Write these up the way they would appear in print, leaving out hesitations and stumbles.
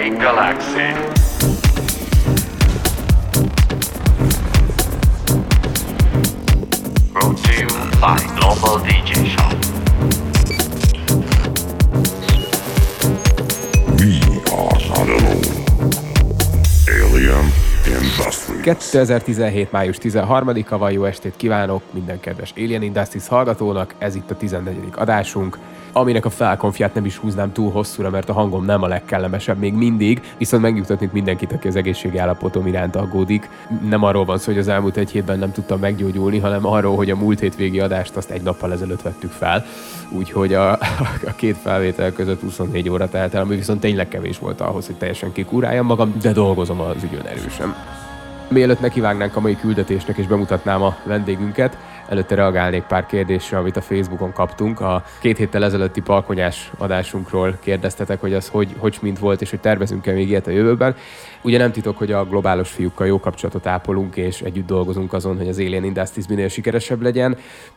DJ Galaxy. Brought to you by Global DJ Shop. We are not alone. Alien Industries. 2017. május 13-a van, jó estét kívánok minden kedves Alien Industries hallgatónak, ez itt a 14. adásunk, aminek a felkonfját nem is húznám túl hosszúra, mert a hangom nem a legkellemesebb még mindig, viszont megnyugtatnék mindenkit, aki az egészségi állapotom iránt aggódik. Nem arról van szó, hogy az elmúlt egy hétben nem tudtam meggyógyulni, hanem arról, hogy a múlt hétvégi adást azt egy nappal ezelőtt vettük fel, úgyhogy a két felvétel között 24 óra telt el, ami viszont tényleg kevés volt ahhoz, hogy teljesen kikuráljam magam, de dolgozom az ügyön erősen. Mielőtt nekivágnánk a mai küldetésnek és bemutatnám a vendégünket, előtte reagálnék pár kérdésre, amit a Facebookon kaptunk. A 2 héttel ezelőtti palkonyás adásunkról kérdeztetek, hogy az hogy mint volt, és hogy tervezünk-e még ilyet a jövőben. Ugye nem titok, hogy a globálos fiúkkal jó kapcsolatot ápolunk, és együtt dolgozunk azon, hogy az Alien Industries minél sikeresebb legyen.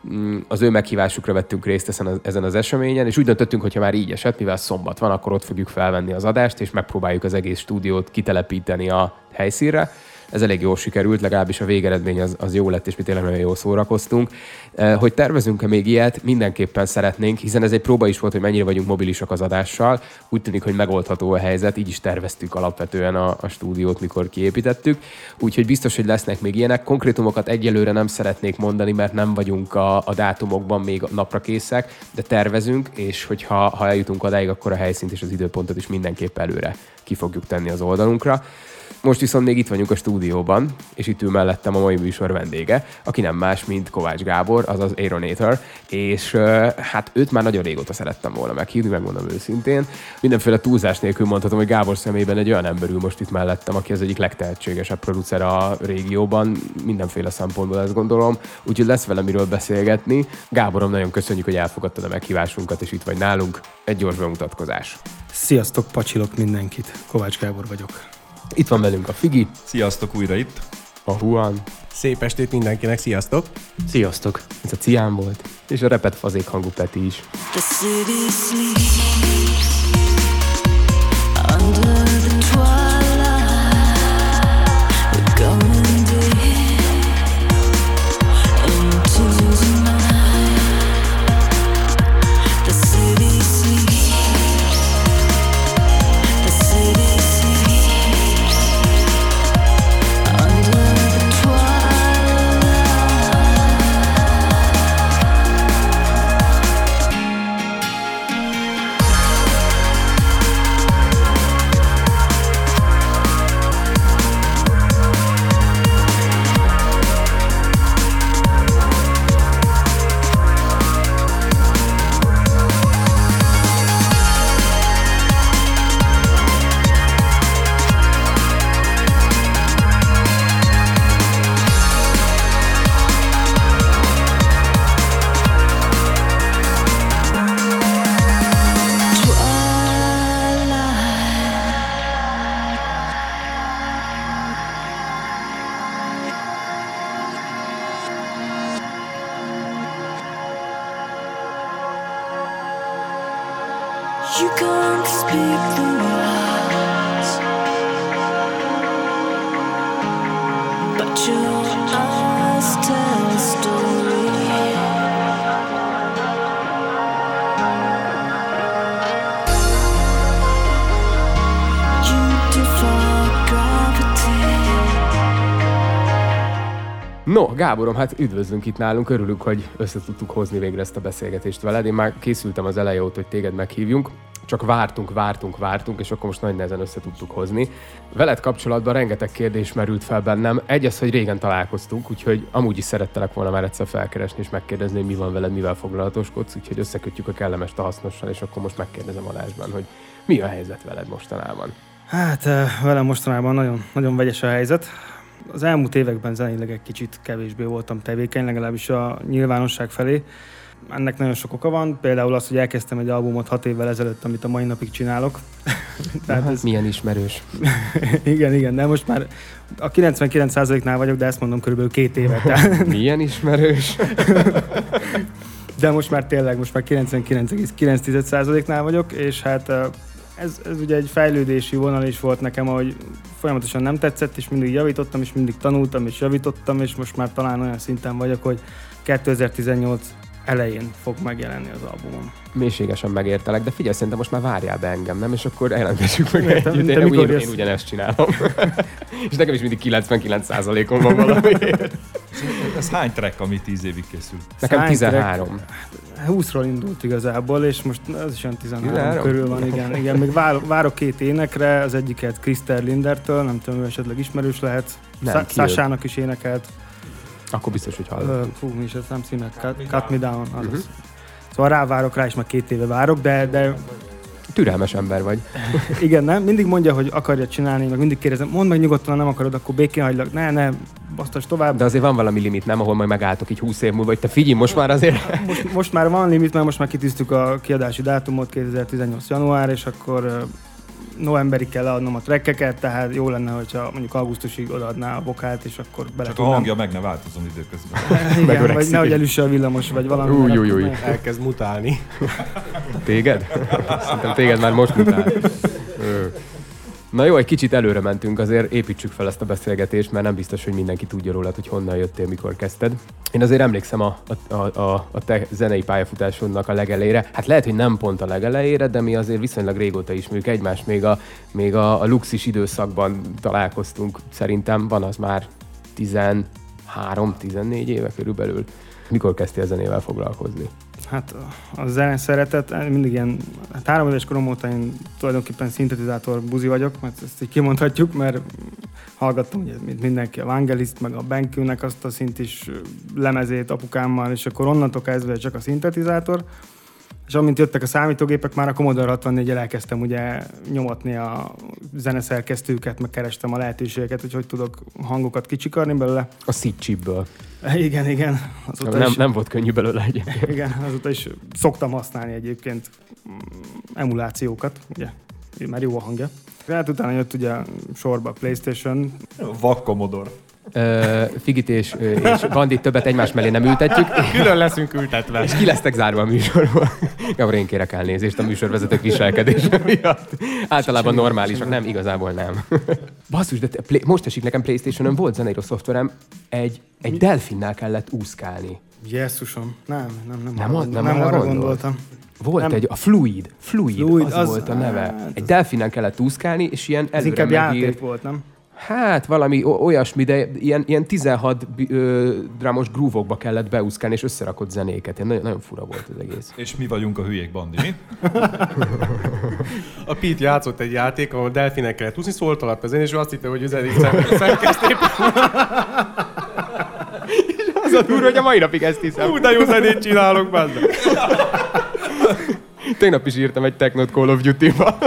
Az ő meghívásukra vettünk részt ezen az eseményen, és úgy döntöttünk, hogy ha már így esett, mivel szombat van, akkor ott fogjuk felvenni az adást, és megpróbáljuk az egész stúdiót kitelepíteni a helyszínre. Ez elég jól sikerült, legalábbis a végeredmény az jó lett, és mi tényleg nagyon jól szórakoztunk. Hogy tervezünk-e még ilyet, mindenképpen szeretnénk, hiszen ez egy próba is volt, hogy mennyire vagyunk mobilisak az adással. Úgy tűnik, hogy megoldható a helyzet, így is terveztük alapvetően a stúdiót, mikor kiépítettük. Úgyhogy biztos, hogy lesznek még ilyenek. Konkrétumokat egyelőre nem szeretnék mondani, mert nem vagyunk a dátumokban még napra készek, de tervezünk, és hogyha eljutunk odáig, akkor a helyszínt és az időpontot is mindenképp előre ki fogjuk tenni az oldalunkra. Most viszont még itt vagyunk a stúdióban, és itt ül mellettem a mai műsor vendége, aki nem más, mint Kovács Gábor, azaz Aeronator, és hát őt már nagyon régóta szerettem volna meghívni, megmondom őszintén. Mindenféle túlzás nélkül mondhatom, hogy Gábor személyében egy olyan ember ül most itt mellettem, aki az egyik legtehetségesebb producer a régióban, mindenféle szempontból ezt gondolom, úgyhogy lesz vele miről beszélgetni. Gáborom, nagyon köszönjük, hogy elfogadtad a meghívásunkat, és itt vagy nálunk. Egy gyors bemutatkozás. Sziasztok, pacsilok mindenkit, Kovács Gábor vagyok. Itt van velünk a Figi. Sziasztok, újra itt. A Juan. Szép estét mindenkinek, sziasztok! Sziasztok! Ez a Cián volt. És a repet fazék hangú Peti is. The city sleeps under the twilight. We're going deep into the night. The city sleeps. The city sleeps under the twilight. You can't speak the words, but your eyes tell a story. You defy gravity. No, Gáborom, hát üdvözlünk itt nálunk, örülünk, hogy össze tudtuk hozni végre ezt a beszélgetést veled. Én már készültem az eleje óta, hogy téged meghívjunk, csak vártunk, és akkor most nagy nehezen össze tudtuk hozni. Veled kapcsolatban rengeteg kérdés merült fel bennem. Egy az, hogy régen találkoztunk, úgyhogy amúgy is szerettelek volna már egyszer felkeresni és megkérdezni, hogy mi van veled, mivel foglalatoskodsz, úgyhogy összekötjük a kellemest a hasznossal, és akkor most megkérdezem adásban, hogy mi a helyzet veled mostanában? Hát velem mostanában nagyon, nagyon vegyes a helyzet. Az elmúlt években zeneileg egy kicsit kevésbé voltam tevékeny, legalábbis a nyilvánosság felé. Ennek nagyon sok oka van, például az, hogy elkezdtem egy albumot 6 évvel ezelőtt, amit a mai napig csinálok. Tehát ez... Milyen ismerős. igen, de most már a 99%-nál vagyok, de ezt mondom körülbelül 2 évet. Milyen ismerős. De most már tényleg, 99,9%-nál vagyok, és hát ez ugye egy fejlődési vonal is volt nekem, ahogy folyamatosan nem tetszett, és mindig javítottam, és mindig tanultam, és javítottam, és most már talán olyan szinten vagyok, hogy 2018 elején fog megjelenni az albumom. Mélységesen megértelek, de figyelj, szerintem most már várjál be engem, nem? És akkor jelentessük meg Értem, együtt. te mikor Én jössz? ugyanezt csinálom. És nekem is mindig 99%-on van valamiért. Ez hány track, ami 10 évig készült? Nekem Hány 13. 20-ról indult igazából, és most az is olyan 13 13? körül van, igen. Még várok 2 énekre, az egyiket Krister Lindertől, nem tudom, ő esetleg ismerős lehet. Nem, ki Sasának is énekelt. Akkor biztos, hogy hallom. Mi is ez nem címet? Cut Me Down. Az. Szóval rávárok rá, és már 2 éve várok, de Türelmes ember vagy. igen, nem? Mindig mondja, hogy akarja csinálni, meg mindig kérdezem, mondd meg nyugodtan, ha nem akarod, akkor békén hagylak. Ne, basztas tovább. De azért van valami limit, nem? Ahol majd megálltok így 20 év múlva, hogy te figyelj, most már azért... Most már van limit, mert most már kitűztük a kiadási dátumot, 2018. január, és akkor novemberig kell leadnom a trackeket, tehát jó lenne, hogyha mondjuk augusztusig odaadná a vokát, és akkor bele Csak a hangja meg ne változom időközben. Igen, vagy megöregszik. nehogy elüsse a villamos, vagy valami. Új. Elkezd mutálni. Téged? Szerintem téged már most mutál. Na jó, egy kicsit előre mentünk, azért építsük fel ezt a beszélgetést, mert nem biztos, hogy mindenki tudja rólad, hogy honnan jöttél, mikor kezdted. Én azért emlékszem a te zenei pályafutásodnak a legelejére. Hát lehet, hogy nem pont a legelejére, de mi azért viszonylag régóta ismerjük egymást, még a Luxis időszakban találkoztunk. Szerintem van az már 13-14 éve körülbelül. Mikor kezdtél a zenével foglalkozni? Hát a zene szeretet, mindig ilyen, 3 éves korom óta én tulajdonképpen szintetizátor buzi vagyok, mert ezt így kimondhatjuk, mert hallgattam ugye, mint mindenki a Vangeliszt, meg a BenQ-nek azt a szintis lemezét apukámmal, és akkor onnantól kezdve csak a szintetizátor. És amint jöttek a számítógépek, már a Commodore 64-el elkezdtem ugye nyomatni a zeneszerkesztőket, meg kerestem a lehetőségeket, hogy tudok hangokat kicsikarni belőle. A seed chipből. Igen. Nem volt könnyű belőle egyébként. Igen, azóta is szoktam használni egyébként emulációkat, ugye, mert jó a hangja. Hát utána jött ugye sorba a PlayStation. Vak Commodore. Figit és Bandit többet egymás mellé nem ültetjük. Külön leszünk ültetve. És ki lesztek zárva a műsorból. Gábor, én kérek elnézést a műsorvezetők viselkedése miatt. Általában normálisak, nem, igazából nem. Basszus, de most esik nekem PlayStation-ön, volt zeneíró szoftverem, egy delfinnel kellett úszkálni. Jesszusom, nem arra arra gondolt? gondoltam. Volt Nem. a Fluid, az volt a neve. hát Egy delfinnel kellett úszkálni, és ilyen Ez előre inkább megírt. játék volt, nem? Hát valami olyasmi, de ilyen 16 drámos groove-okba kellett beúszkálni, és összerakott zenéket. Ilyen nagyon fura volt az egész. És mi vagyunk a hülyék, Bandi, mi? A Pete játszott egy játék, ahol delfinek kellett úszni, szólt alatt a zenét, és ő azt hitte, hogy ő zenét szerkesztép. Az a durva, hogy a mai napig ezt hiszem. Hú, de jó zenét csinálok, bazd. Tegnap is írtam egy technót Call of Duty-ba.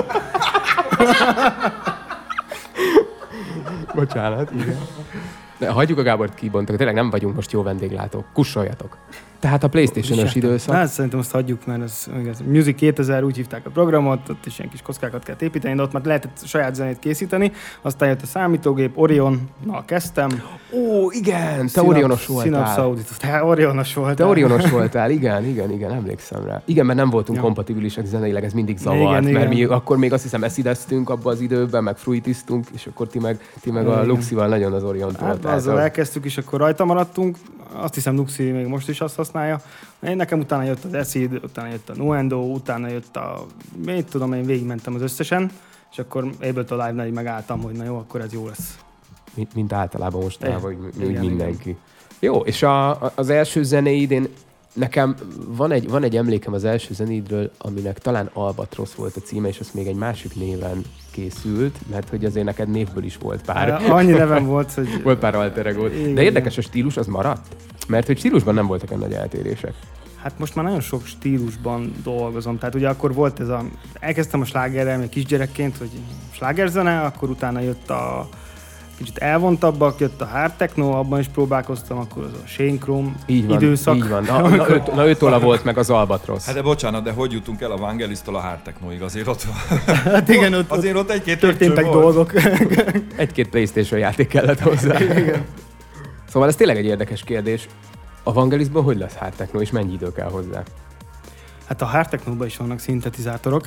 Bocsánat, igen. De hagyjuk a Gábort kibontok, tényleg nem vagyunk most jó vendéglátók. Kussoljatok. Tehát a PlayStation-ös időszak. Hát szerintem azt hagyjuk, mert ez Music 2000, úgy hívták a programot, ott is ilyen kis kockákat kellett építeni, de ott már lehetett saját zenét készíteni. Aztán jött a számítógép, Orionnal kezdtem. Ó, igen, te Orionos voltál. Synapse Auditus. Te Orionos voltál. Te Orionos voltál, igen, emlékszem rá. Igen, mert nem voltunk kompatibilisek zeneileg, ez mindig zavart, Igen, mert igen. mi akkor még azt hiszem eszideztünk abban az időben, meg fruitiztunk, és akkor ti meg a Luxival nagyon az Oriont Hát voltál. azzal elkezdtük, és akkor rajta maradtunk. Azt hiszem, Luxi még most is azt használja. Én nekem utána jött az Acid, utána jött a Nuendo, utána jött a... Én tudom, én végigmentem az összesen, és akkor Ableton Live-nál így megálltam, hogy na jó, akkor ez jó lesz. Mint általában most Igen, hogy igen, mindenki. Jó, és az első zenéid, nekem van egy emlékem az első zenéidről, aminek talán Albatrosz volt a címe, és az még egy másik néven készült, mert hogy azért neked névből is volt pár. Annyi nevem volt, hogy... Volt pár alter egód. Igen. De érdekes, a stílus az maradt? Mert hogy stílusban nem voltak olyan nagy eltérések. Hát most már nagyon sok stílusban dolgozom. Tehát ugye akkor volt ez elkezdtem a slágerrel még kisgyerekként, hogy slágerzene, akkor utána jött a kicsit elvontabbak, jött a hard techno, abban is próbálkoztam, akkor az a Shane Chrome időszak. Így van. Na őtől volt meg az Albatrosz. Hát de bocsánat, de hogy jutunk el a Vangelis-től a hard technoig? Azért ott van. Hát igen, ott Azért ott egy-két történtek lépcső volt. dolgok. Egy-két PlayStation játék kellett hozzá. Igen. Szóval ez tényleg egy érdekes kérdés. A Vangelisban hogy lesz hard techno, és mennyi idő kell hozzá? Hát a hard technóban is vannak szintetizátorok,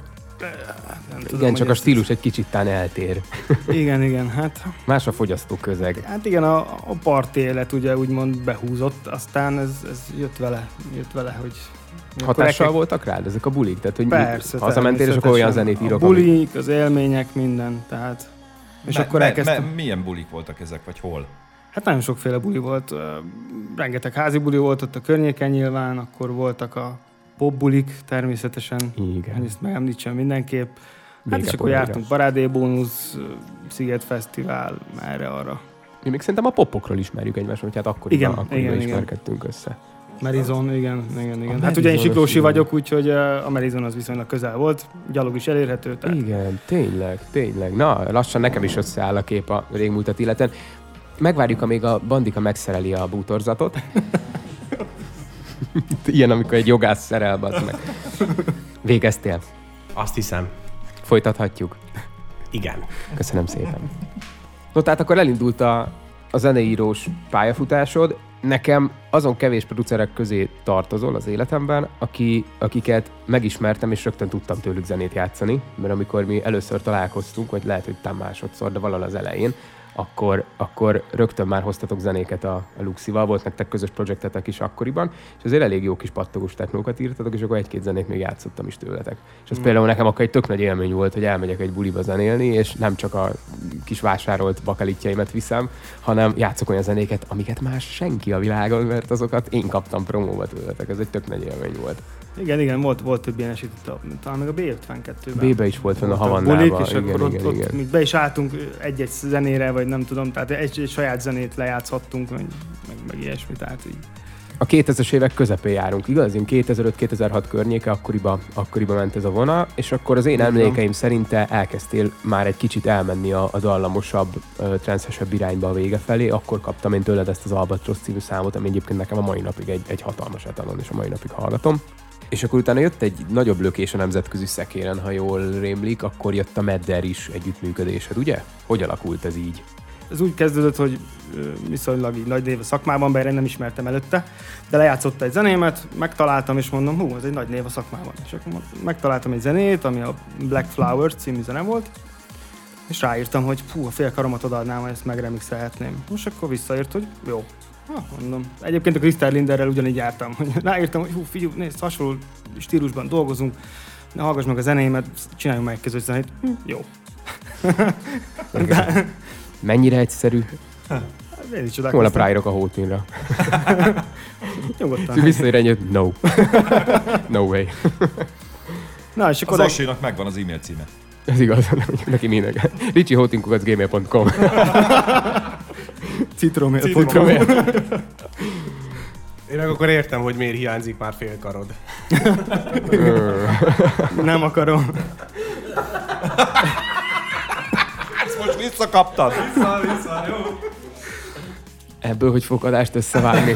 Nem Igen, tudom, csak hogy a stílus egy kicsit tán eltér. Igen, hát Más a fogyasztó közeg. Hát igen, a parti élet ugye úgymond behúzott, aztán ez jött vele, hogy... Hatással voltak rád ezek a bulik? Tehát, hogy Persze, hazamentél, és akkor olyan zenét írok, a bulik, az élmények, minden, tehát... És akkor elkezdtem... Milyen bulik voltak ezek, vagy hol? Hát nagyon sokféle buli volt, rengeteg házi buli volt ott a környéken nyilván, akkor voltak a popbulik természetesen, Igen. ezt megemlítsem mindenképp. Hát Vége és akkor poénra. jártunk Parádébónusz, Sziget Fesztivál, erre-arra. Mi még szerintem a popokról ismerjük egymást, hogy hát akkoriban Igen. ismerkedtünk össze. Merizon, igen. Hát Merizon, ugye én siklósi igen. vagyok, úgyhogy a Merizon az viszonylag közel volt, gyalog is elérhető. Tehát... Igen, tényleg. Na, lassan nekem is összeáll a kép a régmúltat illeten. Megvárjuk, amíg a bandika megszereli a bútorzatot. Ilyen, amikor egy jogász szerel, bazd meg. Végeztél. Azt hiszem. Folytathatjuk. Igen. Köszönöm szépen. No, tehát akkor elindult a zeneírós pályafutásod. Nekem azon kevés producerek közé tartozol az életemben, akiket megismertem, és rögtön tudtam tőlük zenét játszani, mert amikor mi először találkoztunk, vagy lehet, hogy tám másodszor, de valahol az elején, akkor rögtön már hoztatok zenéket a Luxival, volt nektek közös projektetek is akkoriban, és azért elég jó kis pattogós technókat írtatok, és akkor egy-két zenét még játszottam is tőletek. És az például nekem akkor egy tök nagy élmény volt, hogy elmegyek egy buliba zenélni, és nem csak a kis vásárolt bakelitjeimet viszem, hanem játszok olyan zenéket, amiket más senki a világon, mert azokat én kaptam promóba tőletek. Ez egy tök nagy élmény volt. Igen, volt több ilyen eset, talán meg a B52-ben. B-be is volt fenn a bulik, Havannában. és akkor ott még be is álltunk egy-egy zenére, vagy nem tudom, tehát egy saját zenét lejátszhattunk, meg ilyesmi, tehát így. A 2000-es évek közepén járunk, igaz? Én 2005-2006 környéke, akkoriban ment ez a vonal, és akkor az én emlékeim szerint te elkezdtél már egy kicsit elmenni a dallamosabb, transzesebb irányba a vége felé, akkor kaptam én tőled ezt az Albatrosz című számot, ami egyébként nekem a mai napig egy hatalmas etalon, és a mai napig hallgatom. És akkor utána jött egy nagyobb lökés a nemzetközi szekéren, ha jól rémlik, akkor jött a Medder is együttműködésed, ugye? Hogy alakult ez így? Ez úgy kezdődött, hogy viszonylag így nagy név a szakmában, bár én nem ismertem előtte, de lejátszott egy zenémet, megtaláltam, és mondom, ez egy nagy név a szakmában. És akkor megtaláltam egy zenét, ami a Black Flowers című zene volt, és ráírtam, hogy a fél karomat odaadnám, hogy ezt megremixelhetném. És akkor visszaírt, hogy jó. Mondom. Egyébként a Crystal Linderrel ugyanígy jártam, hogy ráírtam, hogy figyelj, nézd, hasonló stílusban dolgozunk, ne hallgass meg a zenémet, csináljunk meg egy közös zenét. Jó. Mennyire egyszerű? Én is Holnap ráírok a Hótinra. Nyugodtan. Visszaír ennyit? No. No way. Na, és akkor Az Assinak megvan az e-mail címe. Ez igaz, neki minden. richihótinkukacgmail.com Citromél. Én meg akkor értem, hogy miért hiányzik már fél karod. Nem akarom. Ezt most visszakaptad? Vissza, jó. Ebből, hogy fogadást összevágni.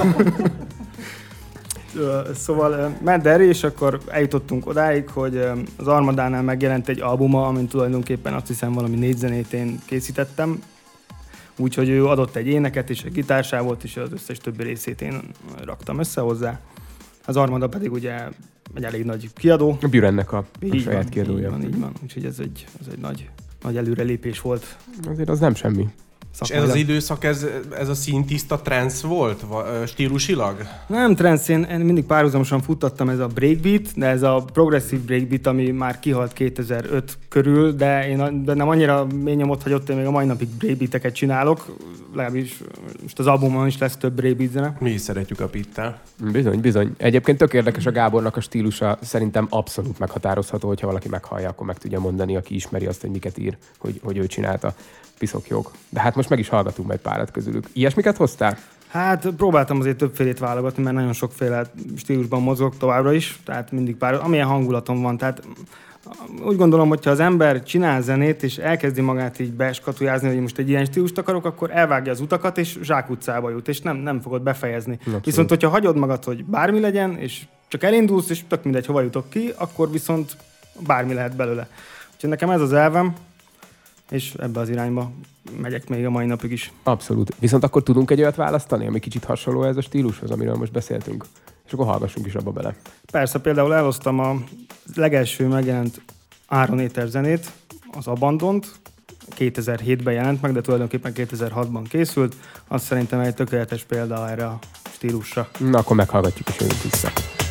Szóval Medder, és akkor eljutottunk odáig, hogy az Armadánál megjelent egy albuma, amin tulajdonképpen azt hiszem valami 4 zenét én készítettem. Úgyhogy ő adott egy éneket és egy gitársávot, és az összes többi részét én raktam össze hozzá. Az Armada pedig ugye egy elég nagy kiadó. A Burennek a Így saját van, kiadója. így van. Úgyhogy ez egy nagy előrelépés volt. Azért az nem semmi. És ez az időszak, ez a színtiszta trance volt stílusilag? Nem trance, én mindig párhuzamosan futtattam, ez a breakbeat, de ez a progresszív breakbeat, ami már kihalt 2005 körül, de én bennem annyira mély nyomot hagyott, én még a mai napig breakbeateket csinálok, legalábbis most az albumon is lesz több breakbeat zene. Mi is szeretjük a Pittel. Bizony. Egyébként tök érdekes a Gábornak a stílusa, szerintem abszolút meghatározható, hogyha valaki meghallja, akkor meg tudja mondani, aki ismeri azt, hogy miket ír, hogy ő csinálta. Piszokjók. De hát most meg is hallgatunk majd párat közülük. Ilyesmiket hoztál? Hát próbáltam azért többfélét válogatni, mert nagyon sokféle stílusban mozog továbbra is, tehát mindig amilyen hangulatom van, tehát úgy gondolom, hogyha az ember csinál zenét, és elkezdi magát így beskatujázni, hogy most egy ilyen stílust akarok, akkor elvágja az utakat, és zsákutcába jut, és nem fogod befejezni. Abszolút. Viszont, hogyha hagyod magad, hogy bármi legyen, és csak elindulsz, és tök mindegy, hova jutok ki, akkor viszont bármi lehet belőle. Úgyhogy nekem ez az elvem, és ebbe az irányba megyek még a mai napig is. Abszolút. Viszont akkor tudunk egy olyat választani, ami kicsit hasonló ez a stílushoz, amiről most beszéltünk. És akkor hallgassunk is abba bele. Persze, például elhoztam a legelső megjelent Áron Éter zenét, az Abandont, 2007-ben jelent meg, de tulajdonképpen 2006-ban készült. Az szerintem egy tökéletes példa erre a stílusra. Na, akkor meghallgatjuk és jövünk vissza.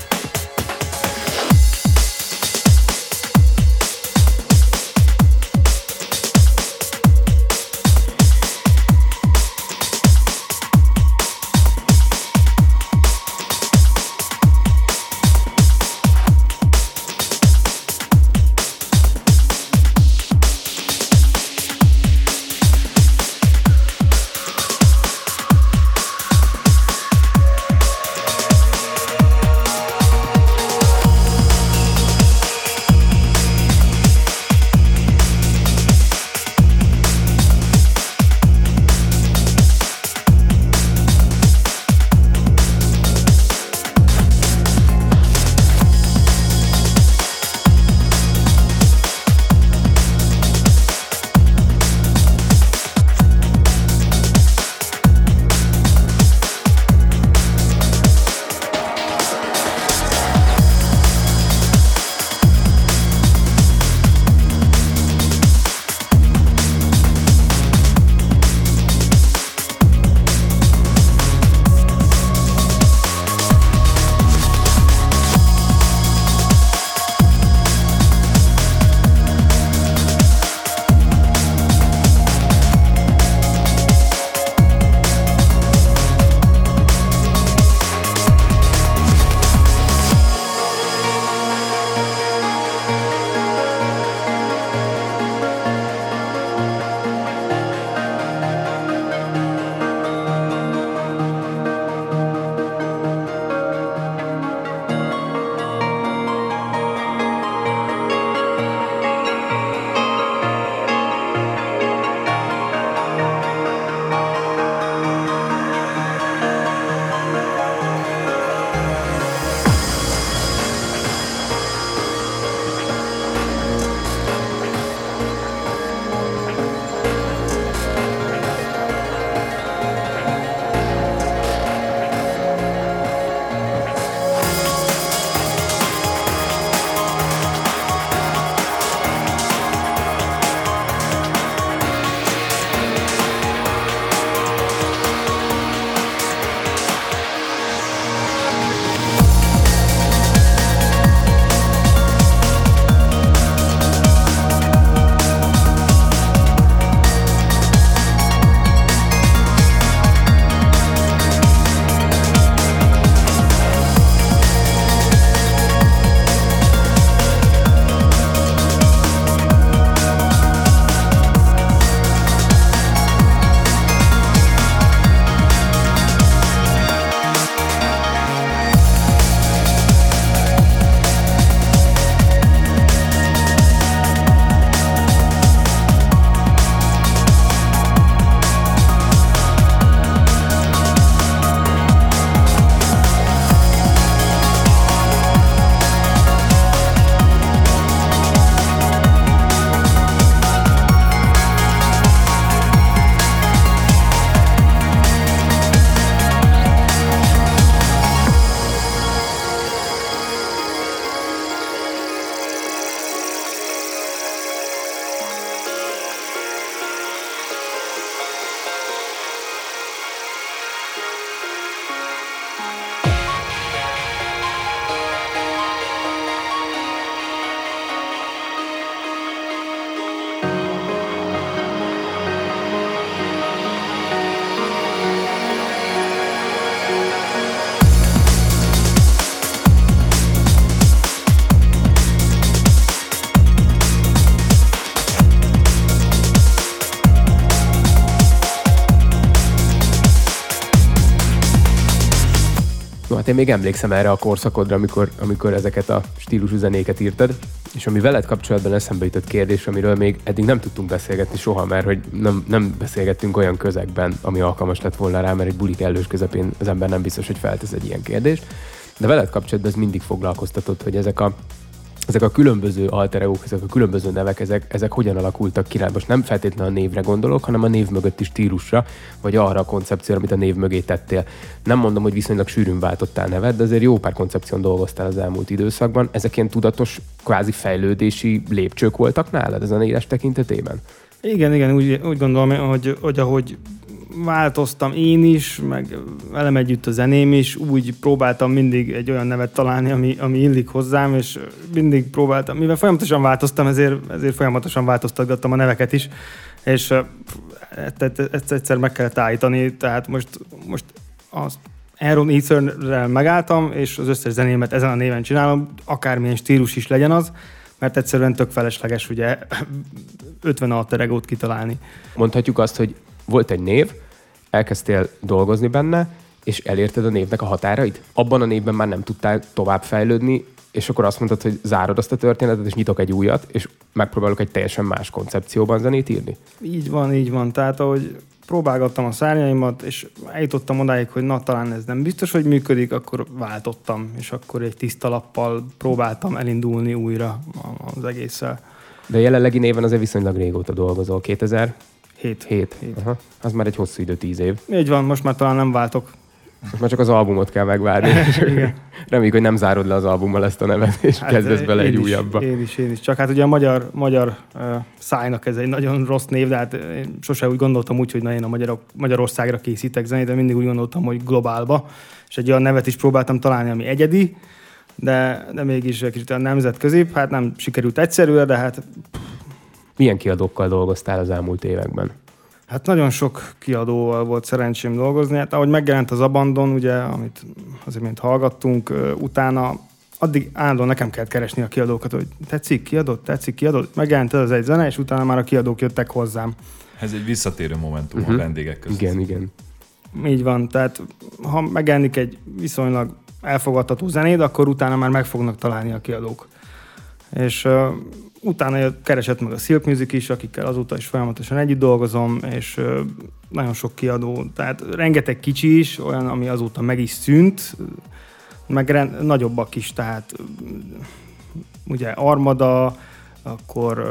Hát én még emlékszem erre a korszakodra, amikor ezeket a stílusú zenéket írtad, és ami veled kapcsolatban eszembe jutott kérdés, amiről még eddig nem tudtunk beszélgetni soha, mert hogy nem beszélgettünk olyan közegben, ami alkalmas lett volna rá, mert egy buli kellős közepén az ember nem biztos, hogy feltesz egy ilyen kérdést. De veled kapcsolatban ez mindig foglalkoztatott, hogy ezek a ezek a különböző alter egók, ezek a különböző nevek, ezek hogyan alakultak ki? Most nem feltétlenül a névre gondolok, hanem a név mögötti stílusra, vagy arra a koncepcióra, amit a név mögé tettél. Nem mondom, hogy viszonylag sűrűn váltottál nevet, de azért jó pár koncepción dolgoztál az elmúlt időszakban. Ezek ilyen tudatos, kvázi fejlődési lépcsők voltak nálad a zenélés tekintetében? Igen, úgy gondolom, hogy ahogy változtam én is, meg velem együtt a zeném is, úgy próbáltam mindig egy olyan nevet találni, ami illik hozzám, és mindig próbáltam, mivel folyamatosan változtam, ezért folyamatosan változtatgattam a neveket is, és ezt egyszer meg kellett állítani, tehát most az Aaron Easterrel megálltam, és az összes zenémet ezen a néven csinálom, akármilyen stílus is legyen az, mert egyszerűen tök felesleges ugye 50 alter egót kitalálni. Mondhatjuk azt, hogy volt egy név, elkezdtél dolgozni benne, és elérted a névnek a határait? Abban a névben már nem tudtál tovább fejlődni, és akkor azt mondtad, hogy zárod azt a történetet, és nyitok egy újat, és megpróbálok egy teljesen más koncepcióban zenét írni? Így van. Tehát ahogy próbálgattam a szárnyaimat, és eljutottam odáig, hogy na, talán ez nem biztos, hogy működik, akkor váltottam, és akkor egy tiszta lappal próbáltam elindulni újra az egésszel. De a jelenlegi néven azért viszonylag régóta dolgozol, 2007. 7. Aha. Az már egy hosszú idő, 10 év. Így van, most már talán nem váltok. Most már csak az albumot kell megvárni. Reméljük, hogy nem zárod le az albummal ezt a nevet, és kezdesz bele egy újabba. Én is. Csak hát ugye a magyar szájnak ez egy nagyon rossz név, de hát én sose úgy gondoltam úgy, hogy na, én a Magyarországra készítek zenét, de mindig úgy gondoltam, hogy globálba. És egy olyan nevet is próbáltam találni, ami egyedi, de mégis egy kicsit a nemzetközi. Hát nem sikerült egyszerűen, de hát... Milyen kiadókkal dolgoztál az elmúlt években? Hát nagyon sok kiadóval volt szerencsém dolgozni. Hát ahogy megjelent az Abandon, ugye, amit azért hallgattunk, utána addig állandóan nekem kellett keresni a kiadókat, hogy tetszik, kiadott. Megjelent ez egy zene, és utána már a kiadók jöttek hozzám. Ez egy visszatérő momentum a vendégek között. Igen. Így van, tehát ha megjelenik egy viszonylag elfogadható zenéd, akkor utána már meg fognak találni a kiadók. És utána keresett meg a Silk Music is, akikkel azóta is folyamatosan együtt dolgozom, és nagyon sok kiadó, tehát rengeteg kicsi is, olyan, ami azóta meg is szűnt, meg nagyobbak is, tehát ugye Armada, akkor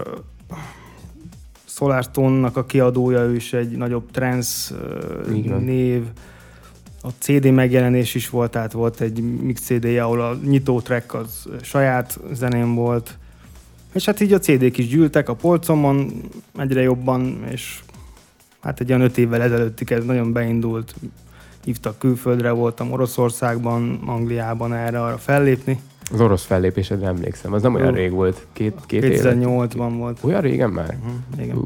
Solarstone-nak a kiadója, ő is egy nagyobb trance név, a CD megjelenés is volt, tehát volt egy mix CD-je, ahol a nyitó track az saját zeném volt. És hát így a CD-k is gyűltek a polcomon egyre jobban, és hát egy olyan 5 évvel ezelőttig ez nagyon beindult. Hívtak külföldre, voltam Oroszországban, Angliában arra fellépni. Az orosz fellépésedre emlékszem, az nem olyan rég volt, két éve. 2008-ban volt. Olyan régen már? Igen.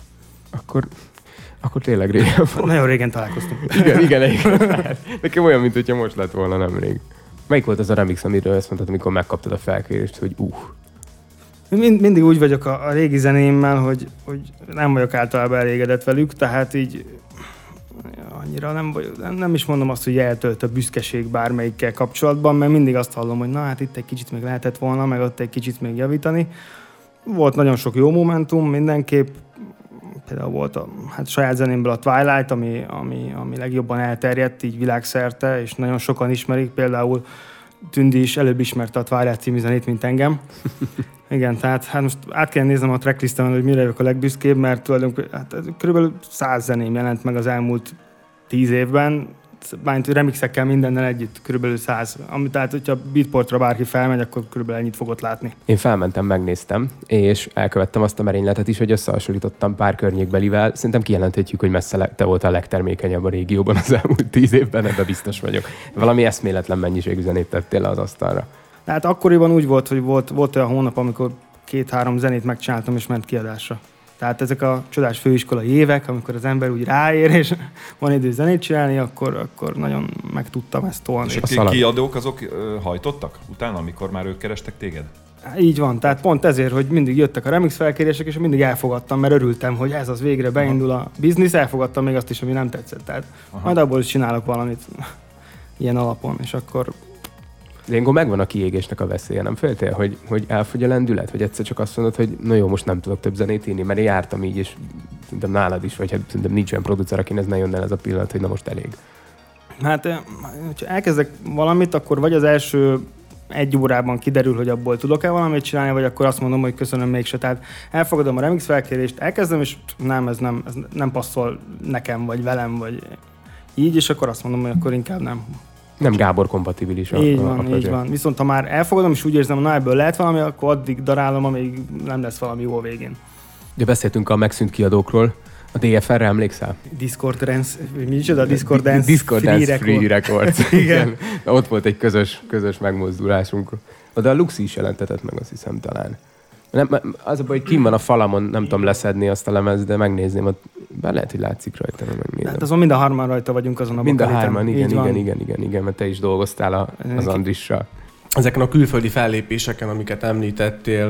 Akkor tényleg régen volt. Nagyon régen találkoztunk. Igen. Nekem olyan, mint hogyha most lett volna nemrég. Melyik volt az a remix, amiről ezt mondtad, amikor megkaptad a felkérést, hogy Mindig úgy vagyok a régi zenémmel, hogy nem vagyok általában elégedett velük, tehát így annyira nem is mondom azt, hogy eltölt a büszkeség bármelyikkel kapcsolatban, mert mindig azt hallom, hogy na hát itt egy kicsit még lehetett volna, meg ott egy kicsit még javítani. Volt nagyon sok jó momentum mindenképp, például volt a saját zenémből a Twilight, ami legjobban elterjedt így világszerte, és nagyon sokan ismerik, például Tündi is előbb ismerte a Twilight című zenét, mint engem. Igen, tehát hát most át kell néznem a tracklistemen, hogy mire vagyok a legbüszkébb, mert tulajdonképpen körülbelül 100 zeném jelent meg az elmúlt 10 évben, bármint remixekkel mindennel együtt, körülbelül 100. Tehát, hogyha Beatportra bárki felmegy, akkor körülbelül ennyit fogott látni. Én felmentem, megnéztem, és elkövettem azt a merényletet is, hogy összehasonlítottam pár környékbelivel. Szerintem kijelenthetjük, hogy messze te voltál a legtermékenyebb a régióban az elmúlt 10 évben, ebben biztos vagyok. Valami eszméletlen mennyiségű zenét tettél le az asztalra. Tehát akkoriban úgy volt, hogy volt olyan hónap, amikor 2-3 zenét megcsináltam, és ment kiadásra. Tehát ezek a csodás főiskolai évek, amikor az ember úgy ráér, és van idő zenét csinálni, akkor nagyon meg tudtam ezt tolni. És a kiadók azok hajtottak utána, amikor már ők kerestek téged? Így van, tehát pont ezért, hogy mindig jöttek a remix felkérések, és mindig elfogadtam, mert örültem, hogy ez az végre beindul a biznisz, elfogadtam még azt is, ami nem tetszett. Tehát majd abból is csinálok valamit ilyen alapon, és akkor... De ilyenkor megvan a kiégésnek a veszélye, nem féltél, hogy elfogy a lendület? Vagy egyszer csak azt mondod, hogy na jó, most nem tudok több zenét írni, mert én jártam így, és szerintem nálad is, vagy hát szerintem nincs olyan producer, akinek ez ne jönne el ez a pillanat, hogy na most elég. Hát, ha elkezdek valamit, akkor vagy az első egy órában kiderül, hogy abból tudok-e valamit csinálni, vagy akkor azt mondom, hogy köszönöm mégse. Tehát elfogadom a remix felkérést, elkezdem, és ez nem passzol nekem, vagy velem, vagy így, és akkor azt mondom, hogy akkor inkább nem. Nem Gábor kompatibilis így van. Viszont ha már elfogadom, és úgy érzem, hogy na ebből lehet valami, akkor addig darálom, amíg nem lesz valami jó a végén. De beszéltünk a megszűnt kiadókról. A DFR-re emlékszel? Discord Dance Free Records. Igen. Na, ott volt egy közös megmozdulásunk. Oda a Luxi is jelentetett meg, azt hiszem talán. Nem, az a baj, hogy kim van a falamon, nem tudom leszedni azt a lemez, de megnézném, ott lehet, hogy látszik rajta, megnézem. Hát azon mind a hárman rajta vagyunk azon a mind a bakeliten. hárman, igen, mert te is dolgoztál az Andrissal. Ezeken a külföldi fellépéseken, amiket említettél,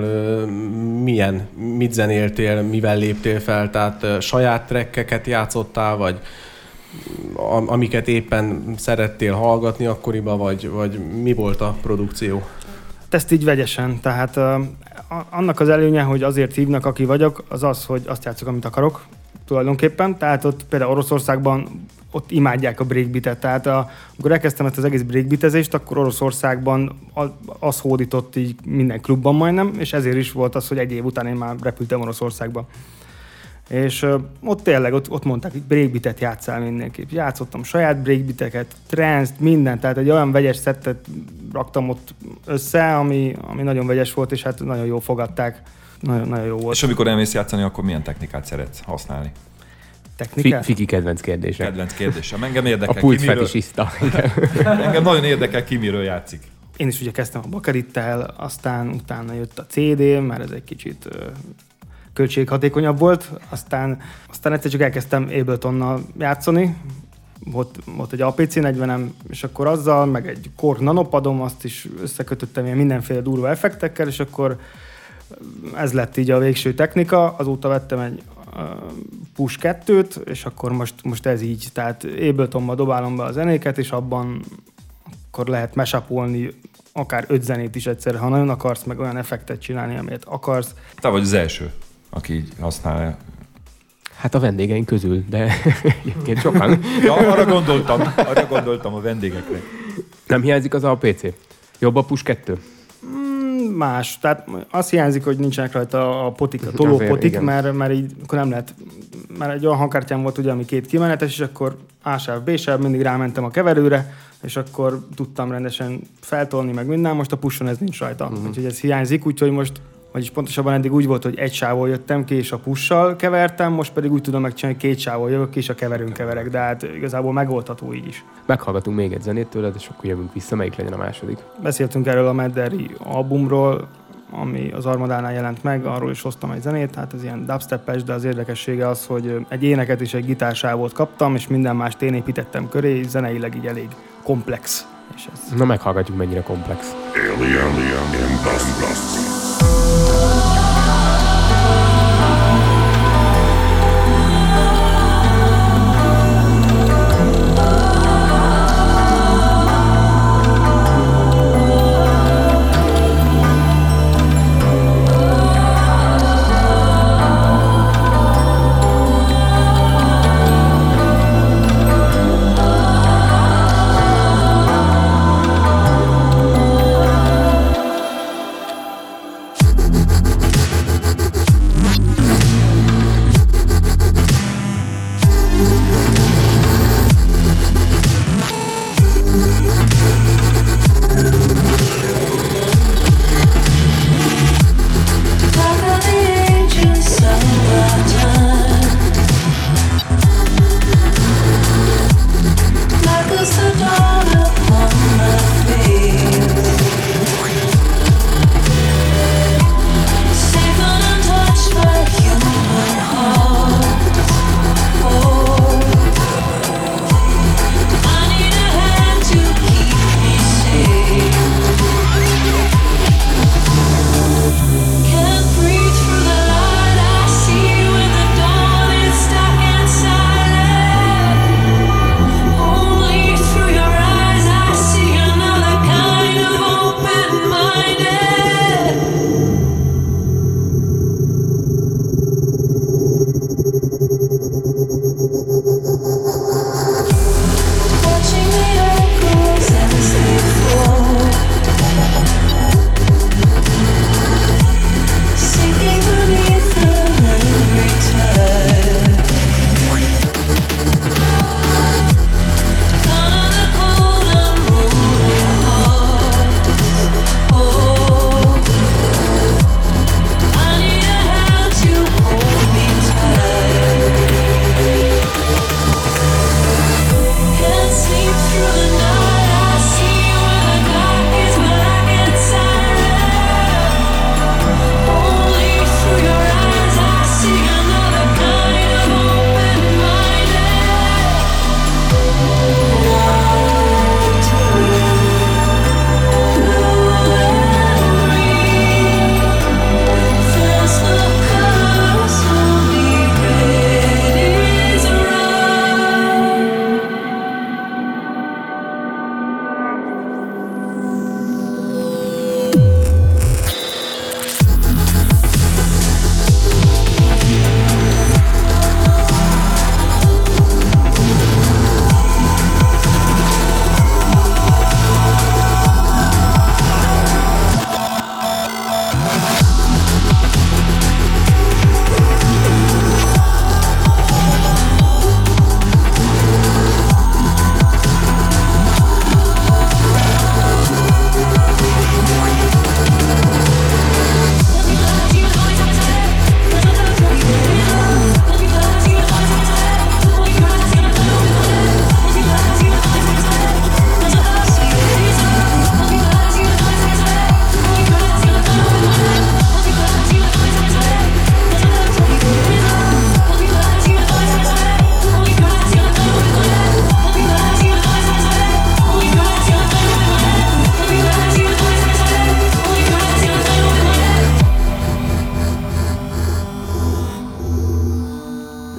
mit zenéltél, mivel léptél fel? Tehát saját trekkeket játszottál, vagy amiket éppen szerettél hallgatni akkoriban, vagy mi volt a produkció? Ezt így vegyesen, tehát annak az előnye, hogy azért hívnak, aki vagyok, az, hogy azt játszok, amit akarok tulajdonképpen. Tehát ott például Oroszországban ott imádják a breakbeatet. Tehát amikor elkezdtem ezt az egész breakbeatezést, akkor Oroszországban az hódított így minden klubban majdnem, és ezért is volt az, hogy egy év után én már repültem Oroszországba. És ott tényleg, ott mondták, hogy breakbeatet játsszál mindenképp. Játszottam saját breakbeateket, trance-t, mindent, tehát egy olyan vegyes szettet raktam ott össze, ami nagyon vegyes volt, és hát nagyon jól fogadták. Nagyon jó volt. És amikor elmész játszani, akkor milyen technikát szeretsz használni? Technikát? Fiki kedvenc kérdése. Kedvenc kérdésem. Engem érdekel, a pult fetisista. Engem nagyon érdekel, ki miről játszik. Én is ugye kezdtem a bakerittel, aztán utána jött a CD, mert ez egy kicsit költséghatékonyabb volt, aztán egyszer csak elkezdtem Abletonnal játszani, volt egy APC 40-em, és akkor azzal, meg egy Korg nanopadom, azt is összekötöttem ilyen mindenféle durva effektekkel, és akkor ez lett így a végső technika, azóta vettem egy Push 2-t, és akkor most ez így, tehát Abletonba dobálom be a zenéket, és abban akkor lehet mashup-olni akár 5 zenét is egyszerre, ha nagyon akarsz, meg olyan effektet csinálni, amit akarsz. Te vagy az első, aki így használja. Hát a vendégeink közül, de egyébként sokan. Ja, arra gondoltam a vendégekre. Nem hiányzik az APC? Jobb a Push 2? Más. Tehát azt hiányzik, hogy nincsenek rajta a potik, a tolópotik, mert így akkor nem lehet. Mert egy olyan hangkártyám volt, ugye, ami 2 kimenetes, és akkor A-sáv, B-sáv, mindig rámentem a keverőre, és akkor tudtam rendesen feltolni, meg minden. Most a pushon ez nincs rajta. Úgyhogy ez hiányzik, úgyhogy most, vagyis pontosabban eddig úgy volt, hogy egy sávol jöttem ki, és a push-sal kevertem, most pedig úgy tudom megcsinálni, hogy 2 sávol jövök ki, és a keverőn keverek, de hát igazából megoldható így is. Meghallgatunk még egy zenét tőled, és akkor jövünk vissza. Melyik legyen a második? Beszéltünk erről a Medderi albumról, ami az Armadánál jelent meg, arról is hoztam egy zenét, tehát ez ilyen dubstep-es, de az érdekessége az, hogy egy éneket és egy gitársávot kaptam, és minden mást én építettem köré, zeneileg így elég komplex. És ez... Na, meghallgatjuk, mennyire komplex. Alien Industry.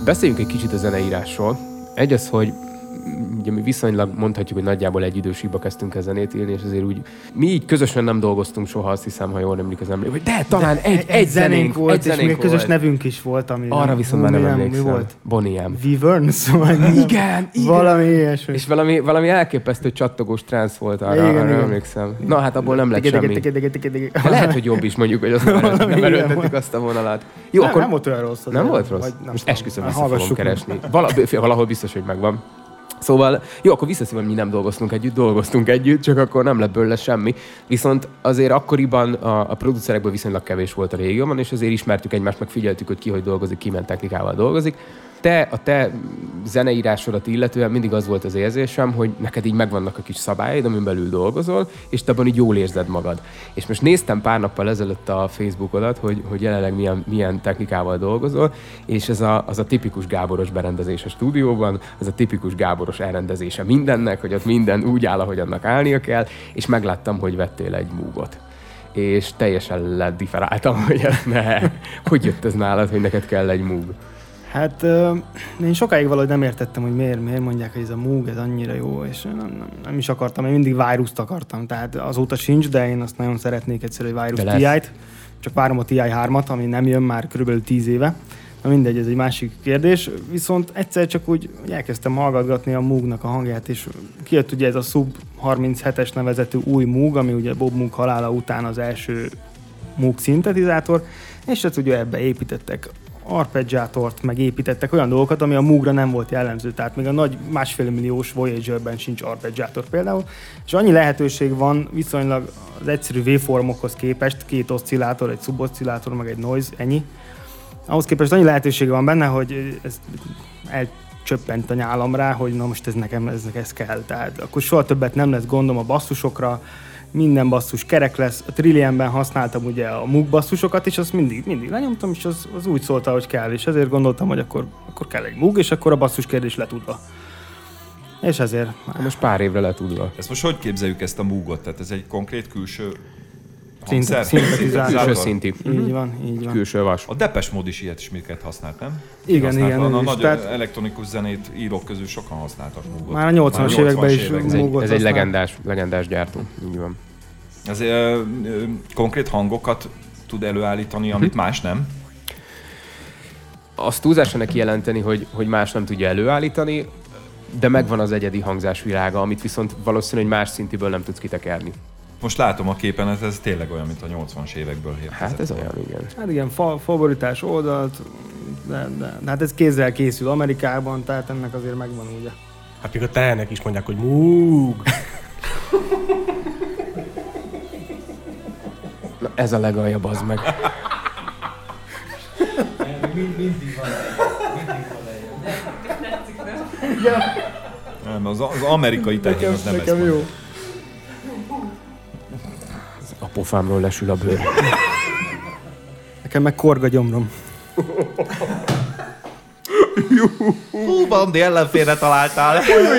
Beszéljünk egy kicsit a zeneírásról. Egy az, hogy ugye mi viszonylag mondhatjuk, hogy nagyjából egy idősíkba kezdtünk el zenét írni, és azért úgy mi így közösen nem dolgoztunk soha, azt hiszem, ha jól emlékszem az emlék, hogy de talán egy zenénk volt, és még közös nevünk is volt, ami arra viszont már nem emlékszem. Mi volt? Bonnie M. Wyverns, vagy Igen. valami ilyesmi. És valami elképesztő csattogós tránsz volt, arra emlékszem. Na hát abból nem lett semmi. De lehet, hogy jobb is mondjuk, hogy azt nem erőltetik azt a vonalat. Jó, akkor nem volt olyan rossz. Nem volt rossz? Most esküszöm, vissza fogom keresni. Valahol biztos, hogy megvan. Szóval, jó, akkor visszaszívom, mi nem dolgoztunk együtt, csak akkor nem lett belőle semmi. Viszont azért akkoriban a producerekből viszonylag kevés volt a régióban, és azért ismertük egymást, meg figyeltük, hogy ki hogy dolgozik, ki milyen technikával dolgozik. A te zeneírásodat illetően mindig az volt az érzésem, hogy neked így megvannak a kis szabályaid, amin belül dolgozol, és te abban így jól érzed magad. És most néztem pár nappal ezelőtt a Facebookodat, hogy jelenleg milyen technikával dolgozol, és az a tipikus Gáboros berendezés a stúdióban, az a tipikus Gáboros elrendezése mindennek, hogy ott minden úgy áll, ahogy annak állnia kell, és megláttam, hogy vettél egy Moogot. És teljesen ledifferáltam, hogy hogy jött ez nálad, hogy neked kell egy Moog. Hát én sokáig valahogy nem értettem, hogy miért mondják, hogy ez a Moog, ez annyira jó, és nem is akartam, én mindig Virust akartam, tehát azóta sincs, de én azt nagyon szeretnék egyszer egy Virus TI-t, csak várom a TI 3-at, ami nem jön már körülbelül 10 éve. Na mindegy, ez egy másik kérdés, viszont egyszer csak úgy elkezdtem hallgatgatni a Moognak a hangját, és kijött ugye ez a Sub 37-es nevezetű új Moog, ami ugye Bob Moog halála után az első Moog szintetizátor, és hát ugye ebbe építettek arpeggiátort, meg építettek olyan dolgokat, ami a Moogra nem volt jellemző, tehát még a nagy 1,5 milliós Voyager-ben sincs arpeggiátor például, és annyi lehetőség van viszonylag az egyszerű waveformokhoz képest, 2 oszcillátor, egy szuboszcillátor, meg egy noise, ennyi. Ahhoz képest annyi lehetőség van benne, hogy ez elcsöppent a nyálam rá, hogy na most ez nekem ez kell, tehát akkor soha többet nem lesz gondom a basszusokra, minden basszus kerek lesz. A Trilliumben használtam ugye a Moog basszusokat, és azt mindig lenyomtam, és az úgy szólt, ahogy kell, és ezért gondoltam, hogy akkor kell egy Moog, és akkor a basszus kérdés letudva. És ezért... Most pár évre letudva. Ezt most hogy képzeljük ezt a Moogot? Tehát ez egy konkrét külső szintetizátor? Külső szinti. Így van. Külső vas. A Depeche Mode is ilyet ismét használt, nem? Igen. A nagy tehát... elektronikus zenét írók közül sokan használtak Moogot. Már a 80-as években is Moogot Ez egy legendás gyártó. Így van. Ez konkrét hangokat tud előállítani, amit más nem? Azt túlzása neki jelenteni, hogy más nem tudja előállítani, de megvan az egyedi hangzásvilága, amit viszont valószínűleg más szintiből nem tudsz kitekerni. Most látom a képen, ez tényleg olyan, mint a 80-as évekből érkezett. Hát ez olyan, igen. Hát igen, favoritás oldalt, de hát ez kézzel készül Amerikában, tehát ennek azért megvan ugye. Hát még a tehenek is mondják, hogy Moog. Na ez a legaljabb, az meg. Mindig van. Nem, az amerikai technik az nem nekem ezt jó. A pofámról lesül a bőr. Nekem meg korga gyomrom. Hú, Bandi, ellenfélre találtál.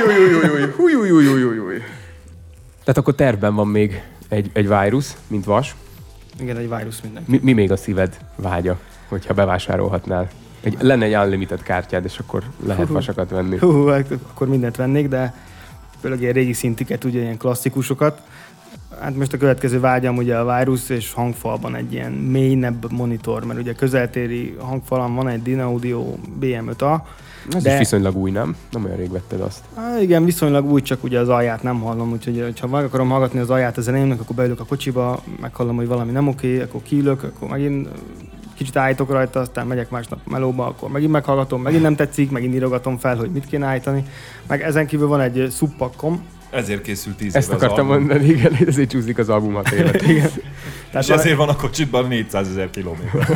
Tehát akkor tervben van még egy Virus, mint vas. Igen, egy Virus mindenki. Mi még a szíved vágya, hogyha bevásárolhatnál? Lenne egy unlimited kártyád, és akkor lehet vasakat venni. Akkor mindent vennék, de főleg ilyen régi szintiket, ugye ilyen klasszikusokat. Hát most a következő vágyam ugye a Virus és hangfalban egy ilyen mélynebb monitor, mert ugye közeltéri hangfalon van egy Dynaudio BM5A. Ez is viszonylag új, nem? Nem olyan rég vetted azt. Igen, viszonylag új, csak ugye az alját nem hallom, úgyhogy ha meg akarom hallgatni az alját a zenémnek, akkor beülök a kocsiba, meghallom, hogy valami nem oké, akkor kiülök, akkor megint kicsit állítok rajta, aztán megyek másnap melóba, akkor megint meghallgatom, megint nem tetszik, megint írogatom fel, hogy mit kéne állítani. Meg ezen kívül van egy subpakkom. Ezért készült 10 Ezt akartam mondani, igen, ezért csúszik az album 6 évet. Igen. És ezért van a kocsidban 400 000 kilométer.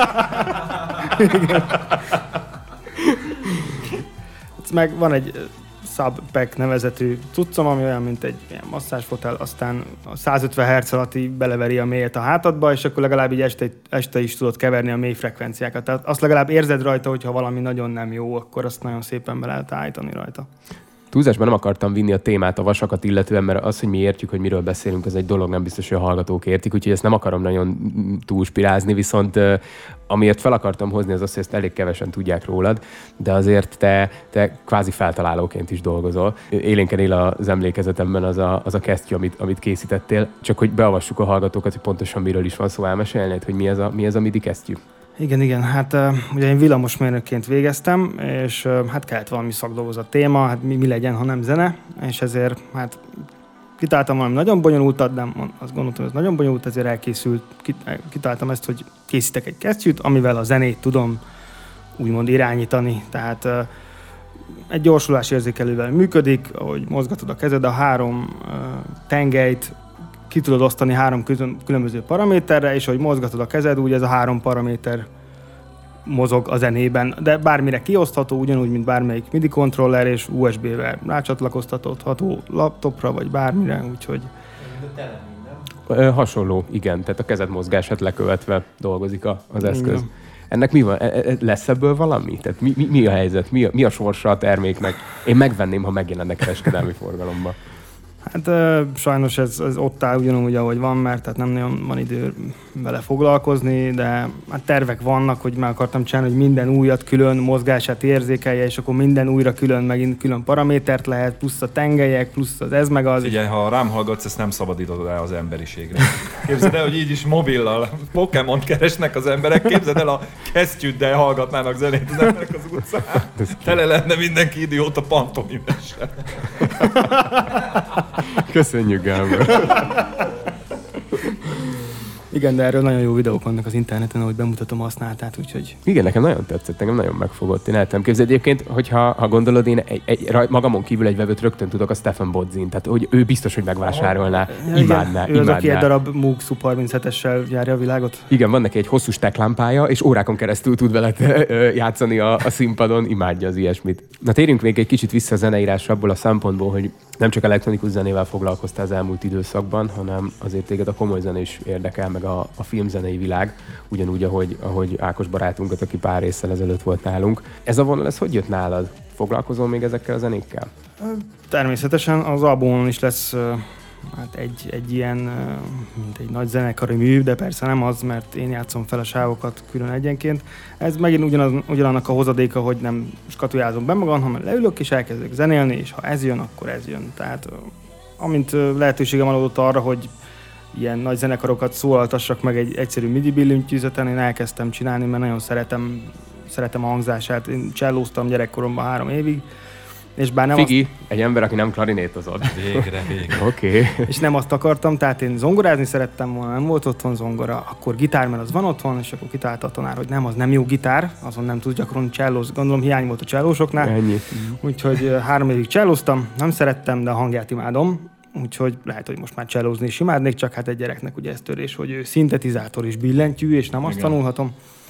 Meg van egy Subpack nevezetű cuccom, ami olyan, mint egy ilyen masszázsfotel, aztán a 150 Hz alatti beleveri a mélyet a hátadba, és akkor legalább így este is tudod keverni a mély frekvenciákat. Tehát azt legalább érzed rajta, hogyha valami nagyon nem jó, akkor azt nagyon szépen be lehet állítani rajta. Túlzásban nem akartam vinni a témát, a vasakat illetően, mert az, hogy mi értjük, hogy miről beszélünk, az egy dolog, nem biztos, hogy a hallgatók értik, úgyhogy ezt nem akarom nagyon túlspirázni, viszont amiért fel akartam hozni, az azt, hogy ezt elég kevesen tudják rólad, de azért te kvázi feltalálóként is dolgozol. Élénken él az emlékezetemben az a kesztyű, amit készítettél, csak hogy beavassuk a hallgatókat, hogy pontosan miről is van szó, elmesélnéd, hogy mi ez a MIDI kesztyű? Igen, hát ugye én villamosmérnőként végeztem, és hát kellett valami szakdolgozat téma, hát mi legyen, ha nem zene, és ezért hát kitáltam valami nagyon bonyolultat, de azt gondoltam, hogy ez nagyon bonyolult, ezért kitáltam ezt, hogy készítek egy kesztyűt, amivel a zenét tudom úgymond irányítani, tehát egy gyorsulásérzékelővel működik, ahogy mozgatod a kezed, a 3 tengelyt ki tudod osztani 3 különböző paraméterre, és ahogy mozgatod a kezed, úgy ez a 3 paraméter mozog a zenében, de bármire kiosztható, ugyanúgy, mint bármelyik MIDI kontroller, és USB-vel rácsatlakoztatható laptopra, vagy bármire, úgyhogy... Hasonló, igen, tehát a kezed mozgását lekövetve dolgozik az eszköz. Igen. Ennek mi van? Lesz ebből valami? Tehát mi a helyzet? Mi a sorsa a terméknek? Én megvenném, ha megjelenne kereskedelmi forgalomba. Hát sajnos ez ott áll ugyanúgy, ahogy van, mert tehát nem nagyon van idő vele foglalkozni, de hát tervek vannak, hogy meg akartam csinálni, hogy minden újat külön mozgását érzékelje, és akkor minden újra megint külön paramétert lehet, plusz a tengelyek, plusz az ez meg az. Figyelj, ha rám hallgatsz, ezt nem szabadítod el az emberiségre. Képzeld el, hogy így is mobillal Pokémont keresnek az emberek, képzeld el, a kesztyűddel hallgatnának zenét az emberek az utcán. Tele lenne mindenki idióta pantomimessel. Köszönjük, Gábor! Igen, de erről nagyon jó videók vannak az interneten, ahogy bemutatom a használatát, úgyhogy... Igen, nekem nagyon tetszett, engem nagyon megfogott. Én el tudom képzelni. Egyébként, hogyha gondolod, én magamon kívül egy vevőt rögtön tudok, a Stefan Bodzin, tehát hogy ő biztos, hogy megvásárolná, imádná. Ő az, aki egy darab Moog Sub 37-essel járja a világot. Igen, van neki egy hosszú stacklámpája, és órákon keresztül tud vele játszani a színpadon, imádja az ilyesmit. Na térjünk még egy kicsit vissza a zeneírásra abból a szempontból, hogy nem csak elektronikus zenével foglalkoztál az elmúlt időszakban, hanem azért téged a komoly zene is érdekel, meg a filmzenei világ, ugyanúgy, ahogy Ákos barátunkat, aki pár résszel ezelőtt volt nálunk. Ez a vonal, ez hogy jött nálad? Foglalkozol még ezekkel a zenékkel? Természetesen az albumon is lesz hát egy ilyen, mint egy nagy zenekari mű, de persze nem az, mert én játszom fel a sávokat külön egyenként. Ez megint ugyanannak a hozadéka, hogy nem skatujázom be magam, hanem leülök és elkezdek zenélni, és ha ez jön, akkor ez jön. Tehát amint lehetőségem adódott arra, hogy ilyen nagy zenekarokat szólaltassak meg egy egyszerű MIDI billentyűzeten, én elkezdtem csinálni, mert nagyon szeretem a hangzását. Én csellóztam gyerekkoromban 3 évig, és bár nem Figi, egy ember, aki nem klarinétozott. Végre. Oké. És nem azt akartam, tehát én zongorázni szerettem volna, nem volt otthon zongora, akkor gitár, mert az van otthon, és akkor kitálta a tanár, hogy nem, az nem jó gitár, azon nem tudsz gyakorolni csellózni, gondolom hiány volt a csellósoknál. Ennyi. Úgyhogy 3 évig csellóztam, nem szerettem, de a hangját imádom. Úgyhogy lehet, hogy most már csellózni is imádnék, csak hát egy gyereknek ugye ez törés, hogy ő szintetizátor és billentyű, és nem azt tanulhatom.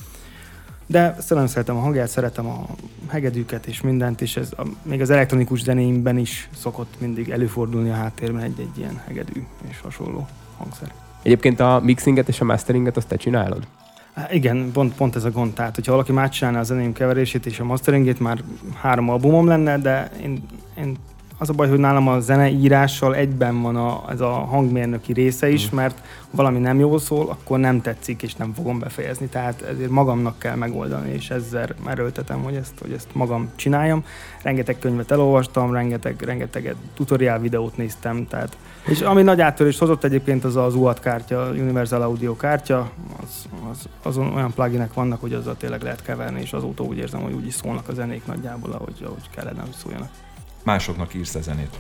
De nagyon szeretem a hangját, szeretem a hegedűket és mindent, és ez még az elektronikus zenéimben is szokott mindig előfordulni a háttérben egy ilyen hegedű és hasonló hangszer. Egyébként a mixinget és a masteringet azt te csinálod? Igen, pont ez a gond. Tehát, hogyha valaki már csinálna a zenéim keverését és a masteringét, már 3 albumom lenne, de én az a baj, hogy nálam a zeneírással egyben van ez a hangmérnöki része is, mert valami nem jól szól, akkor nem tetszik, és nem fogom befejezni. Tehát ezért magamnak kell megoldani, és ezzel erőltetem, hogy ezt magam csináljam. Rengeteg könyvet elolvastam, rengeteget tutoriál videót néztem, tehát. És ami nagy áttörést hozott egyébként, az az UAD kártya, Universal Audio kártya, azon olyan pluginek vannak, hogy azzal tényleg lehet keverni, és azóta úgy érzem, hogy úgy is szólnak a zenék nagyjából, ahogy kellene, hogy szóljanak. Másoknak írsz a zenét?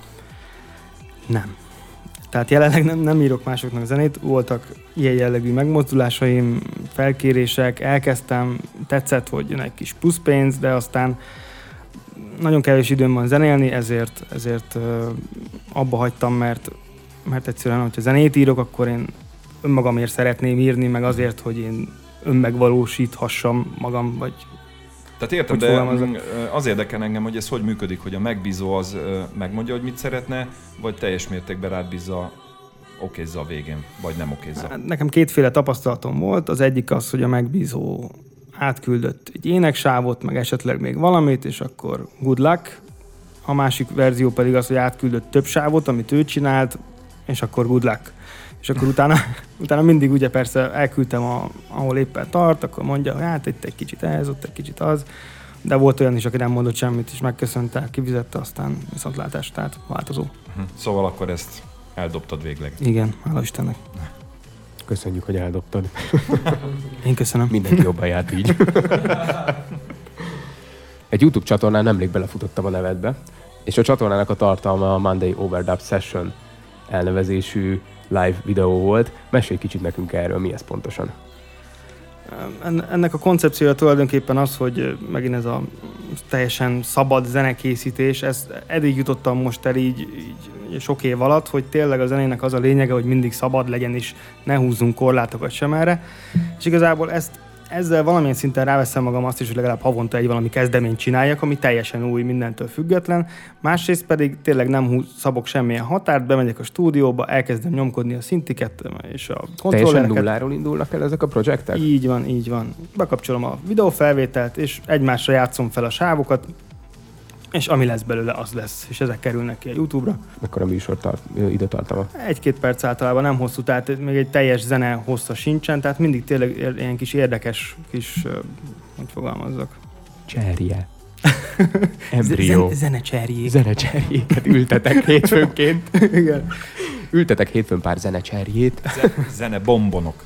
Nem. Tehát jelenleg nem írok másoknak zenét, voltak ilyen jellegű megmozdulásaim, felkérések, elkezdtem, tetszett, hogy jön egy kis pluszpénz, de aztán nagyon kevés időm van zenélni, ezért abba hagytam, mert egyszerűen, hogyha zenét írok, akkor én önmagamért szeretném írni, meg azért, hogy én önmegvalósíthassam magam, vagy tehát értem, de az érdekel engem, hogy ez hogy működik, hogy a megbízó az megmondja, hogy mit szeretne, vagy teljes mértékben rád bízza, okézza a végén, vagy nem okézza. Nekem 2 tapasztalatom volt. Az egyik az, hogy a megbízó átküldött egy éneksávot, meg esetleg még valamit, és akkor good luck. a másik verzió pedig az, hogy átküldött több sávot, amit ő csinált, és akkor good luck. És akkor utána mindig ugye persze elküldtem, ahol éppen tart, akkor mondja, hogy hát itt egy kicsit ez, ott egy kicsit az, de volt olyan is, aki nem mondott semmit, és megköszönte, kifizette, aztán viszontlátás, tehát változó. Szóval akkor ezt eldobtad végleg. Igen, hála Istennek. Köszönjük, hogy eldobtad. Én köszönöm. Mindenki jobban járt így. Egy YouTube csatornán nemrég belefutottam a nevedbe, és a csatornának a tartalma a Monday Overdub Session elnevezésű live videó volt. Mesélj kicsit nekünk erről, mi ez pontosan? Ennek a koncepciója tulajdonképpen az, hogy megint ez a teljesen szabad zenekészítés, ez eddig jutottam most el így sok év alatt, hogy tényleg a zenének az a lényege, hogy mindig szabad legyen, és ne húzzunk korlátokat sem erre. És igazából ezzel valamilyen szinten ráveszem magam azt is, hogy legalább havonta egy valami kezdeményt csináljak, ami teljesen új, mindentől független. Másrészt pedig tényleg nem szabok semmilyen határt, bemegyek a stúdióba, elkezdem nyomkodni a szintiket és a kontrollereket. Teljesen nulláról indulnak el ezek a projektek? Így van. Bekapcsolom a videófelvételt, és egymásra játszom fel a sávokat, és ami lesz belőle, az lesz. És ezek kerülnek ki a YouTube-ra. Akkor a műsor időtartama? 1-2 perc általában, nem hosszú, tehát még egy teljes zene hossza sincsen, tehát mindig tényleg ilyen kis érdekes kis, hogy fogalmazzak. Cserje. Embrió. Zenecserjék. Zenecserjéket ültetek hétfőnként. Igen. Ültetek hétfőn pár zenecserjét. Zenebombonok.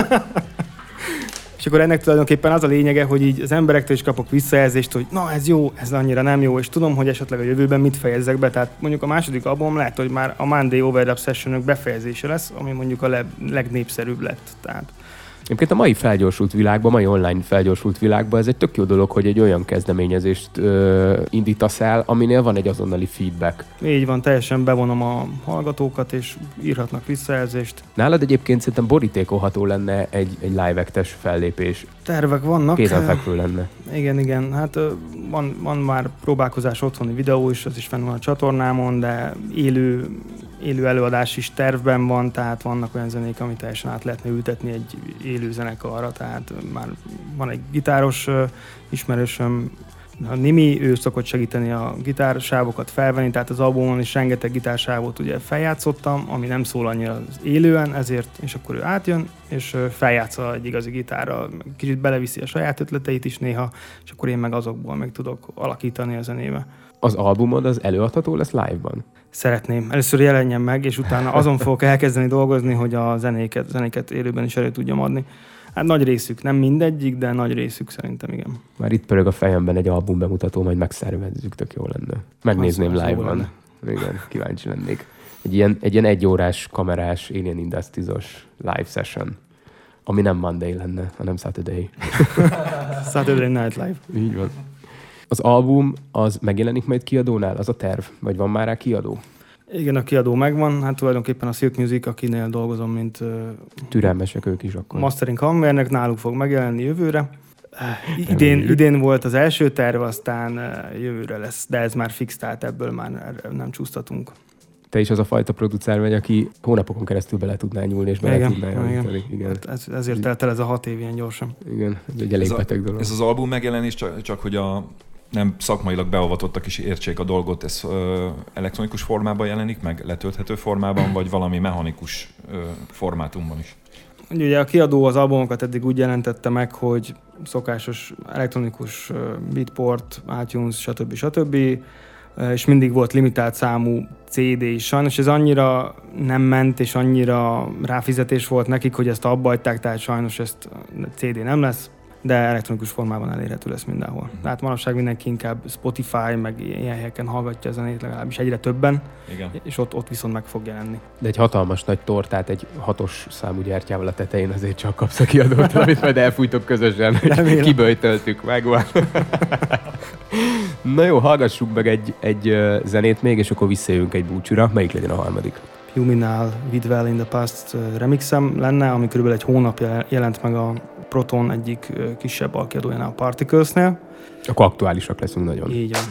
És akkor ennek tulajdonképpen az a lényege, hogy így az emberektől is kapok visszajelzést, hogy na ez jó, ez annyira nem jó, és tudom, hogy esetleg a jövőben mit fejezzek be. Tehát mondjuk a második album lehet, hogy már a Monday Overdub Sessionök befejezése lesz, ami mondjuk a legnépszerűbb lett. Tehát Egyébként a mai felgyorsult világban, mai online felgyorsult világban ez egy tök jó dolog, hogy egy olyan kezdeményezést indítasz el, aminél van egy azonnali feedback. így van, teljesen bevonom a hallgatókat, és írhatnak visszajelzést. Nálad egyébként szerintem borítékolható lenne egy live actes fellépés. Tervek vannak. Kézenfekvő lenne. Igen. Hát van már próbálkozás otthoni videó is, az is fenn van a csatornámon, de élő előadás is tervben van, tehát vannak olyan zenék, amit teljesen át lehetne ültetni egy élő zenekarra, tehát már van egy gitáros ismerősöm, a Nimi, ő szokott segíteni a gitársávokat felvenni, tehát az albumon is rengeteg gitársávot ugye feljátszottam, ami nem szól annyira élően, ezért, és akkor ő átjön, és feljátsza egy igazi gitárral, kicsit beleviszi a saját ötleteit is néha, és akkor én meg azokból meg tudok alakítani a zenébe. Az albumod az előadható lesz live-ban? Szeretném. Először jelenjen meg, és utána azon fogok elkezdeni dolgozni, hogy a zenéket élőben is elő tudjam adni. Hát nagy részük, nem mindegyik, de nagy részük szerintem, igen. Már itt pörög a fejemben egy album bemutató, majd megszervezzük, tök jó lenne. Megnézném Az jó live-ban. lenne. Igen, kíváncsi lennék. Egy ilyen 1 órás kamerás Alien Industries-os live session, ami nem Monday lenne, hanem Saturday. Saturday Night Live. Így van. Az album az megjelenik majd kiadónál? Az a terv? Vagy van már rá kiadó? Igen, a kiadó megvan, hát tulajdonképpen a Silk Music, akinél dolgozom, mint Türelmesek ők is akkor. mastering hangmérnök, náluk fog megjelenni jövőre. Idén volt az első terv, aztán jövőre lesz, de ez már fix, tehát ebből már nem csúsztatunk. Te is az a fajta producer vagy, aki hónapokon keresztül bele tudnál nyúlni, és bele tudnál javítani. Igen. Hát ezért telt el ez a 6 év ilyen gyorsan. Igen, ez egy elég beteg dolog. Ez az album megjelenés csak hogy a nem szakmailag beavatottak is értsék a dolgot, ez elektronikus formában jelenik meg, letölthető formában, vagy valami mechanikus formátumban is? Ugye a kiadó az albumokat eddig úgy jelentette meg, hogy szokásos elektronikus beatport, iTunes, stb. És mindig volt limitált számú CD is. Sajnos ez annyira nem ment, és annyira ráfizetés volt nekik, hogy ezt abba hagyták, tehát sajnos ezt CD nem lesz, de elektronikus formában elérhető lesz mindenhol. Tehát manapság mindenki inkább Spotify, meg ilyen helyeken hallgatja a zenét, legalábbis egyre többen, Igen. és ott viszont meg fog jelenni. De egy hatalmas nagy tortát egy 6-os számú gyertyával a tetején azért csak kapsz a kiadótól, amit majd elfújtok közösen, hogy kiböjtöltük, megvan. Na jó, hallgassuk meg egy zenét még, és akkor visszajövünk egy búcsúra. Melyik legyen a harmadik? Huminál With Well in the Past remixem lenne, ami körülbelül egy hónapja jelent meg a Proton egyik kisebb alkiadójánál, a Particles-nél. Akkor aktuálisak leszünk nagyon. Így van.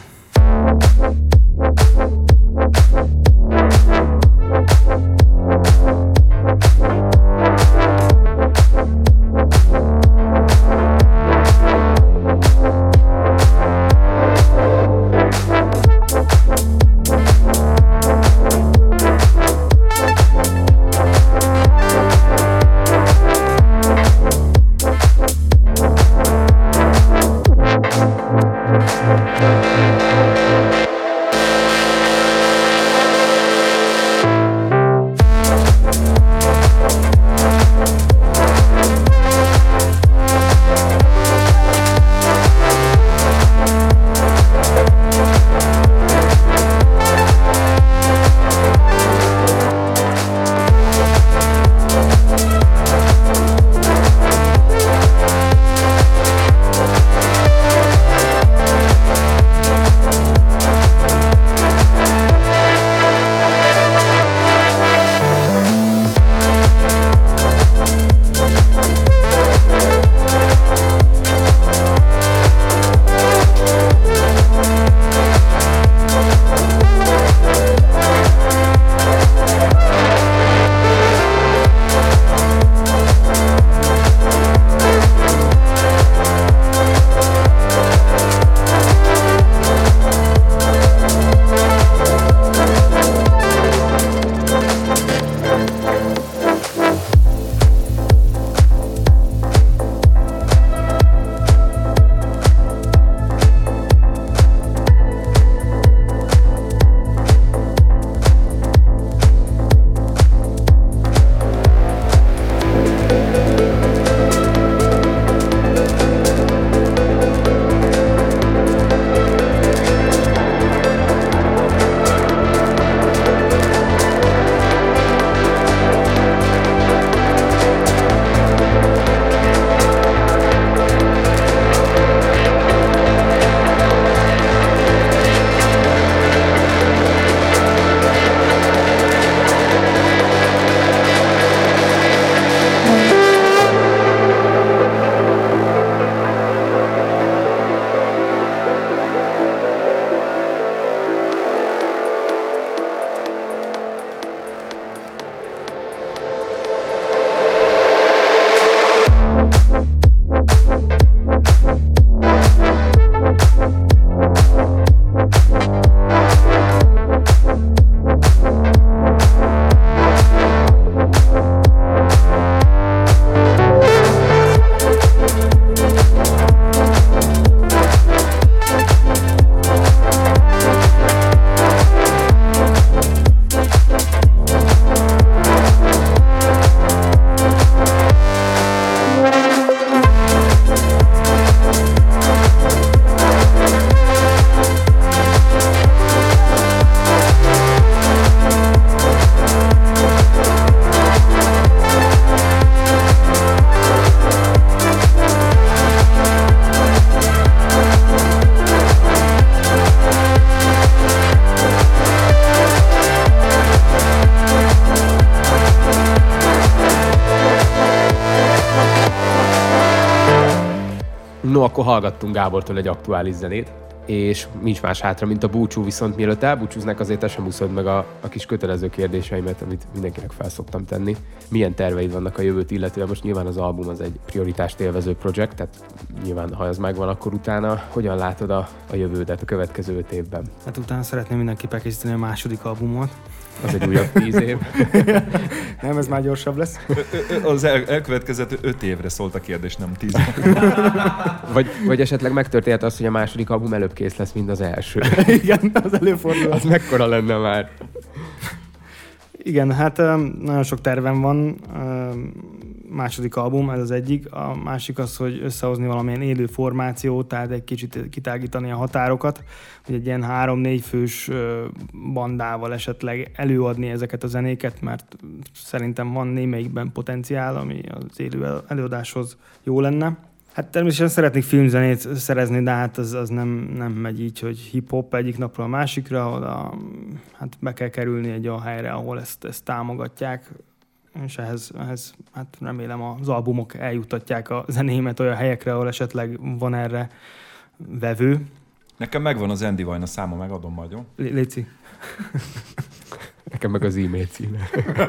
No, akkor hallgattunk Gábortól egy aktuális zenét, és nincs más hátra, mint a búcsú, viszont mielőtt elbúcsúznak, azért te sem úszod meg a kis kötelező kérdéseimet, amit mindenkinek fel szoktam tenni. Milyen terveid vannak a jövőt illetően? Most nyilván az album az egy prioritást élvező projekt, tehát nyilván ha ez megvan, akkor utána hogyan látod a jövődet a következő 5 évben? Hát utána szeretném mindenképp elkészíteni a második albumot. Az egy újabb 10 év. Nem, ez már gyorsabb lesz. Az elkövetkezett 5 évre szólt a kérdés, nem 10. Vagy esetleg megtörténhet az, hogy a második album előbb kész lesz, mint az első. Igen, az előfordul. Az mekkora lenne már? Igen, hát nagyon sok tervem van. Második album, ez az egyik. A másik az, hogy összehozni valamilyen élő formációt, tehát egy kicsit kitágítani a határokat, hogy egy ilyen 3-4 fős bandával esetleg előadni ezeket a zenéket, mert szerintem van némelyikben potenciál, ami az élő előadáshoz jó lenne. Hát természetesen szeretnék filmzenét szerezni, de hát az nem megy így, hogy hip-hop egyik napról a másikra, hát be kell kerülni egy olyan helyre, ahol ezt támogatják, és ehhez hát remélem az albumok eljutatják a zenémet olyan helyekre, ahol esetleg van erre vevő. Nekem megvan az Andy Vajna száma, megadom majd, jó? Léci. Nekem meg az e-mail címe.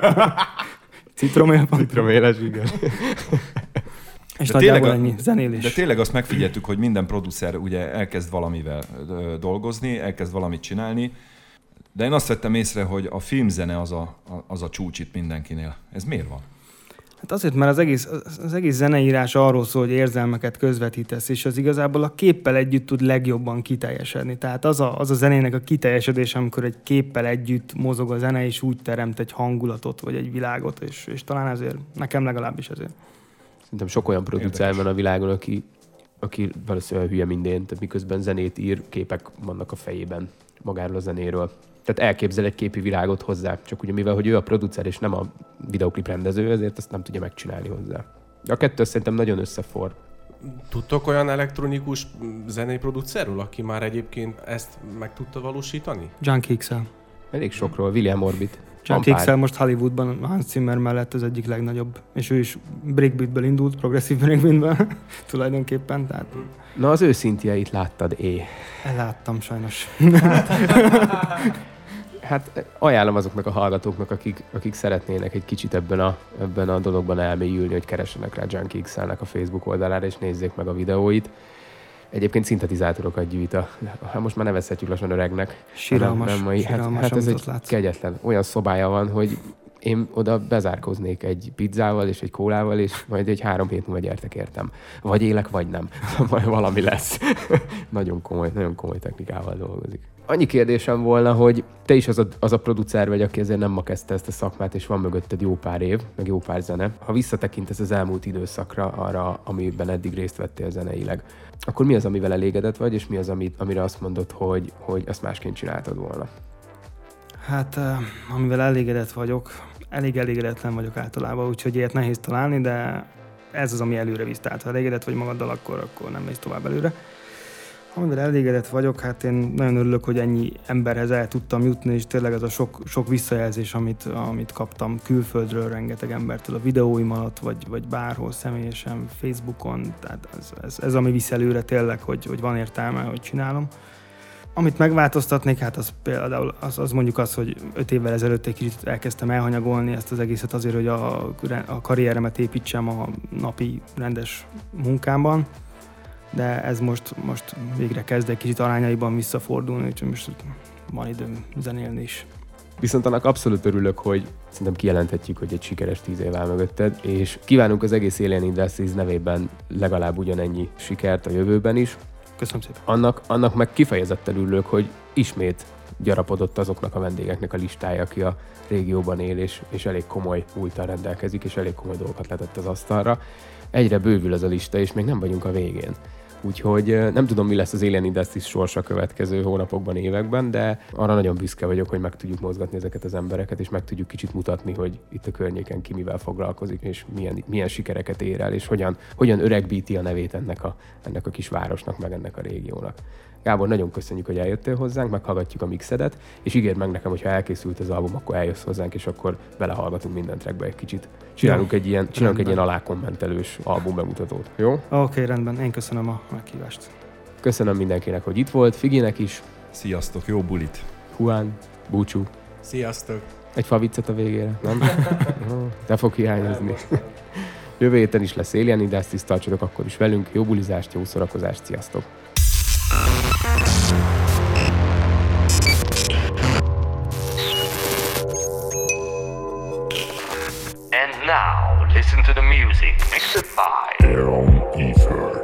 Citroméles, igen. És nagyjából ennyi zenélés. De tényleg azt megfigyeltük, hogy minden producer ugye elkezd valamivel dolgozni, elkezd valamit csinálni, de én azt vettem észre, hogy a filmzene az a csúcs itt mindenkinél. Ez miért van? Hát azért, mert az egész zeneírás arról szól, hogy érzelmeket közvetítesz, és az igazából a képpel együtt tud legjobban kiteljesedni. Tehát az a zenének a kiteljesedés, amikor egy képpel együtt mozog a zene, és úgy teremt egy hangulatot, vagy egy világot, és talán ezért, nekem legalábbis ezért. Szerintem sok olyan producer van a világon, aki valószínűleg hülye mindent, tehát miközben zenét ír, képek vannak a fejében magáról a zenéről. Tehát elképzel egy képi világot hozzá, csak ugye mivel, hogy ő a producer és nem a videoklip rendező, ezért azt nem tudja megcsinálni hozzá. De a kettő szerintem nagyon összefor. Tudtok olyan elektronikus zenei producerről, aki már egyébként ezt meg tudta valósítani? Junkie XL. Elég sokról, William Orbit. Junkie XL most Hollywoodban Hans Zimmer mellett az egyik legnagyobb, és ő is breakbeatből indult, progresszív breakbeatből tulajdonképpen, tehát... Na, az őszintjeit láttad, Láttam sajnos. Hát ajánlom azoknak a hallgatóknak, akik szeretnének egy kicsit ebben a dologban elmélyülni, hogy keressenek rá Junkie XL-nek a Facebook oldalára, és nézzék meg a videóit. Egyébként szintetizátorokat gyűjt hát most már nevezhetjük lassan öregnek. Síralmas, hát ez egy kegyetlen. Olyan szobája van, hogy én oda bezárkoznék egy pizzával és egy kólával, és majd egy 3 hét múlva gyertek értem. Vagy élek, vagy nem. Majd valami lesz. nagyon komoly technikával dolgozik. Annyi kérdésem volna, hogy te is az a producer vagy, aki ezért nem ma kezdte ezt a szakmát, és van mögötted jó pár év, meg jó pár zene. Ha visszatekintesz az elmúlt időszakra, arra, amiben eddig részt vettél zeneileg, akkor mi az, amivel elégedett vagy, és mi az, amire azt mondod, hogy azt másként csináltad volna? Hát, amivel elégedett vagyok, elég elégedetlen vagyok általában, úgyhogy ilyet nehéz találni, de ez az, ami előre visz. Tehát, ha elégedett vagy magaddal, akkor nem mész tovább előre. Amivel elégedett vagyok, hát én nagyon örülök, hogy ennyi emberhez el tudtam jutni, és tényleg az a sok visszajelzés, amit kaptam külföldről, rengeteg embertől a videóim alatt, vagy bárhol személyesen, Facebookon, tehát ez ami visz előre tényleg, hogy van értelme, hogy csinálom. Amit megváltoztatnék, hát az például az mondjuk az, hogy 5 évvel ezelőtt egy kicsit elkezdtem elhanyagolni ezt az egészet azért, hogy a karrieremet építsem a napi rendes munkámban, de ez most végre kezd egy kicsit arányaiban visszafordulni, úgyhogy most van időm zenélni is. Viszont annak abszolút örülök, hogy szerintem kijelenthetjük, hogy egy sikeres 10 év áll mögötted, és kívánunk az egész Alien Industries nevében legalább ugyanennyi sikert a jövőben is. Köszönöm szépen. Annak meg kifejezetten örülök, hogy ismét gyarapodott azoknak a vendégeknek a listája, aki a régióban él, és elég komoly múlttal rendelkezik, és elég komoly dolgokat letett az asztalra. Egyre bővül ez a lista, és még nem vagyunk a végén. Úgyhogy nem tudom, mi lesz az Alien Industries sorsa a következő hónapokban, években, de arra nagyon büszke vagyok, hogy meg tudjuk mozgatni ezeket az embereket, és meg tudjuk kicsit mutatni, hogy itt a környéken ki mivel foglalkozik, és milyen sikereket ér el, és hogyan öregbíti a nevét ennek a kis városnak, meg ennek a régiónak. Gábor, nagyon köszönjük, hogy eljöttél hozzánk, meghallgatjuk a mixedet, és ígérd meg nekem, hogy ha elkészült az album, akkor eljössz hozzánk, és akkor belehallgatunk minden trackbe egy kicsit. Csinálunk egy ilyen alákommentelős album bemutatót, jó? Oké, rendben. Én köszönöm a meghívást. Köszönöm mindenkinek, hogy itt volt, Figinek is. Sziasztok, jó bulit! Juan, búcsú. Sziasztok! Egy faviccet a végére, nem? Te fog hiányozni. Jövő héten is lesz Alien Industries, tartsatok akkor is velünk. Jó bulizást, jó szórakozást, sziasztok! And now, listen to the music mixed by Aaron Ether.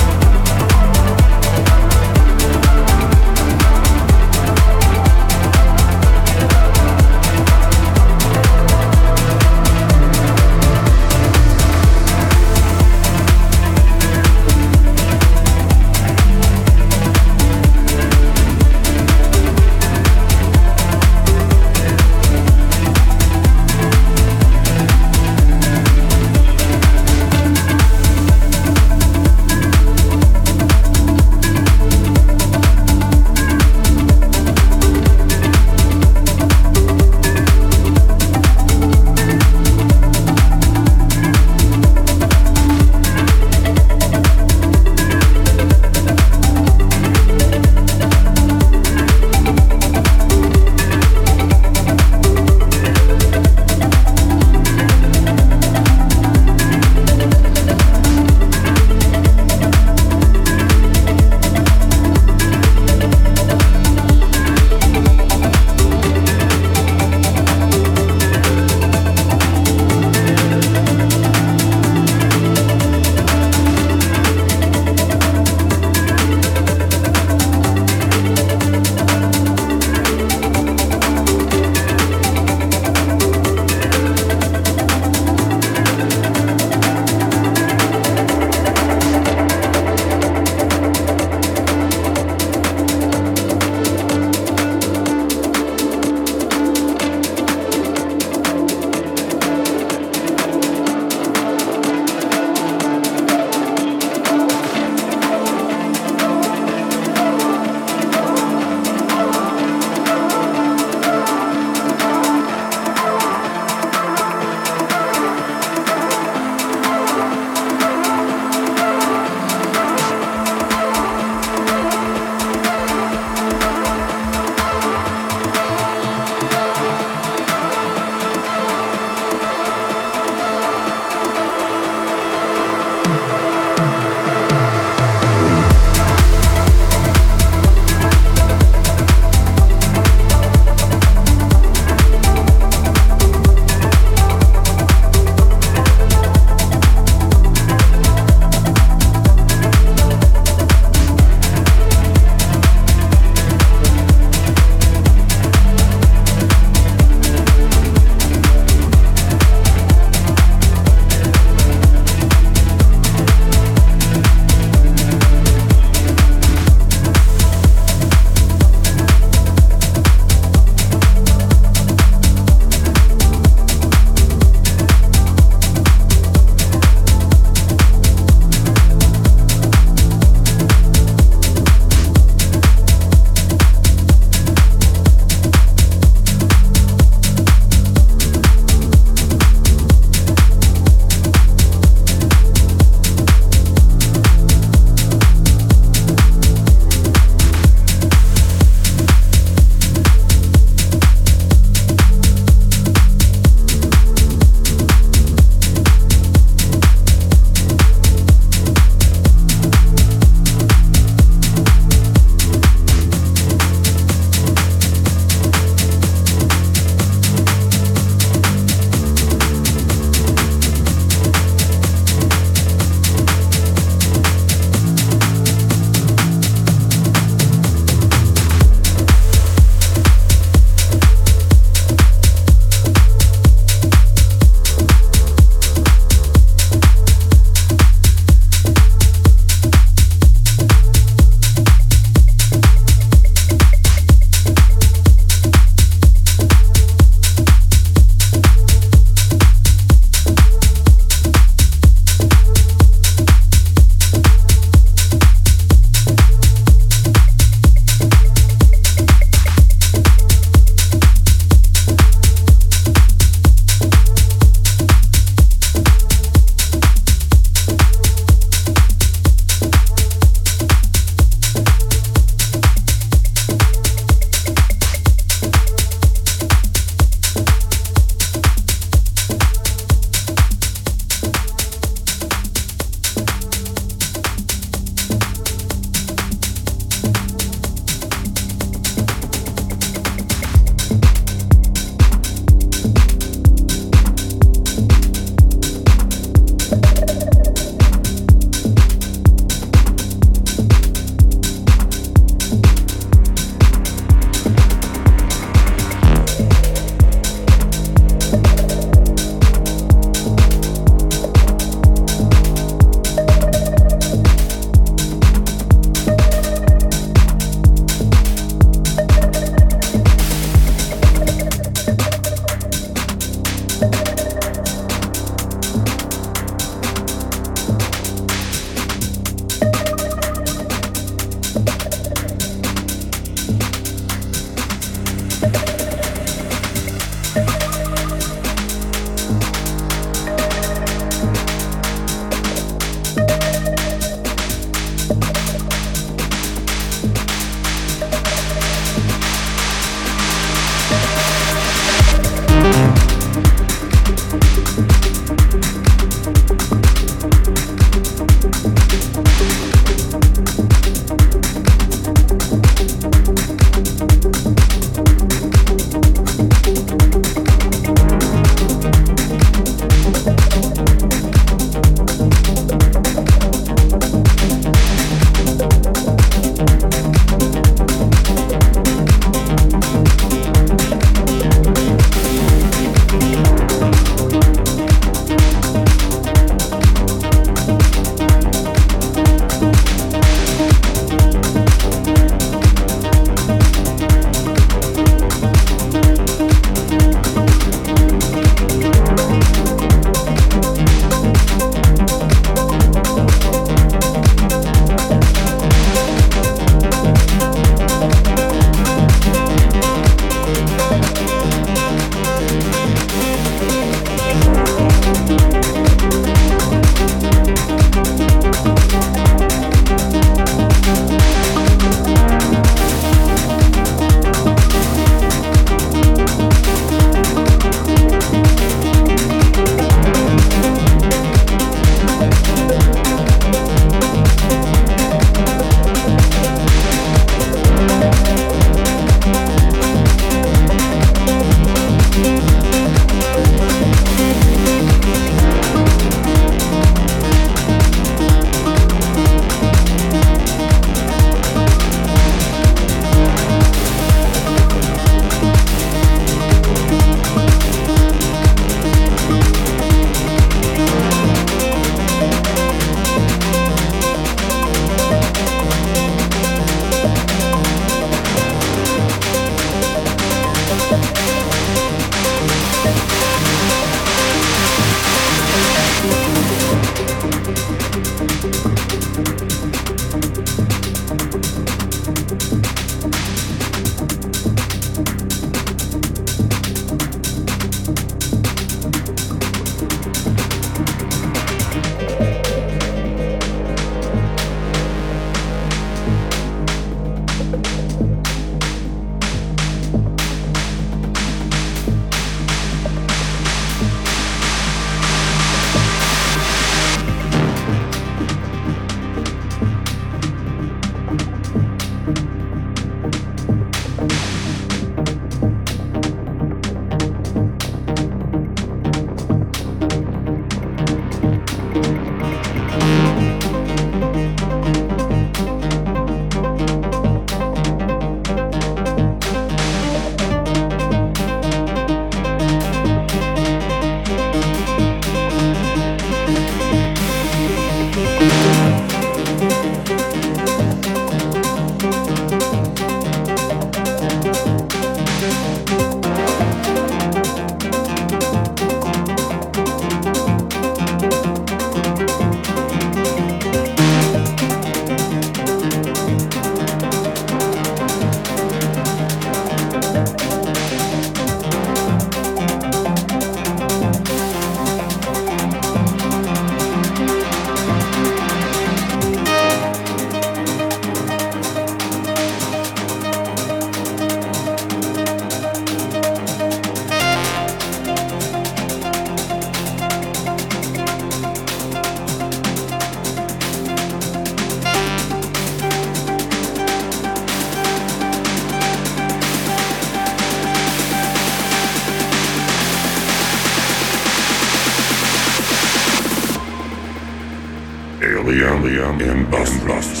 Alien in Bust.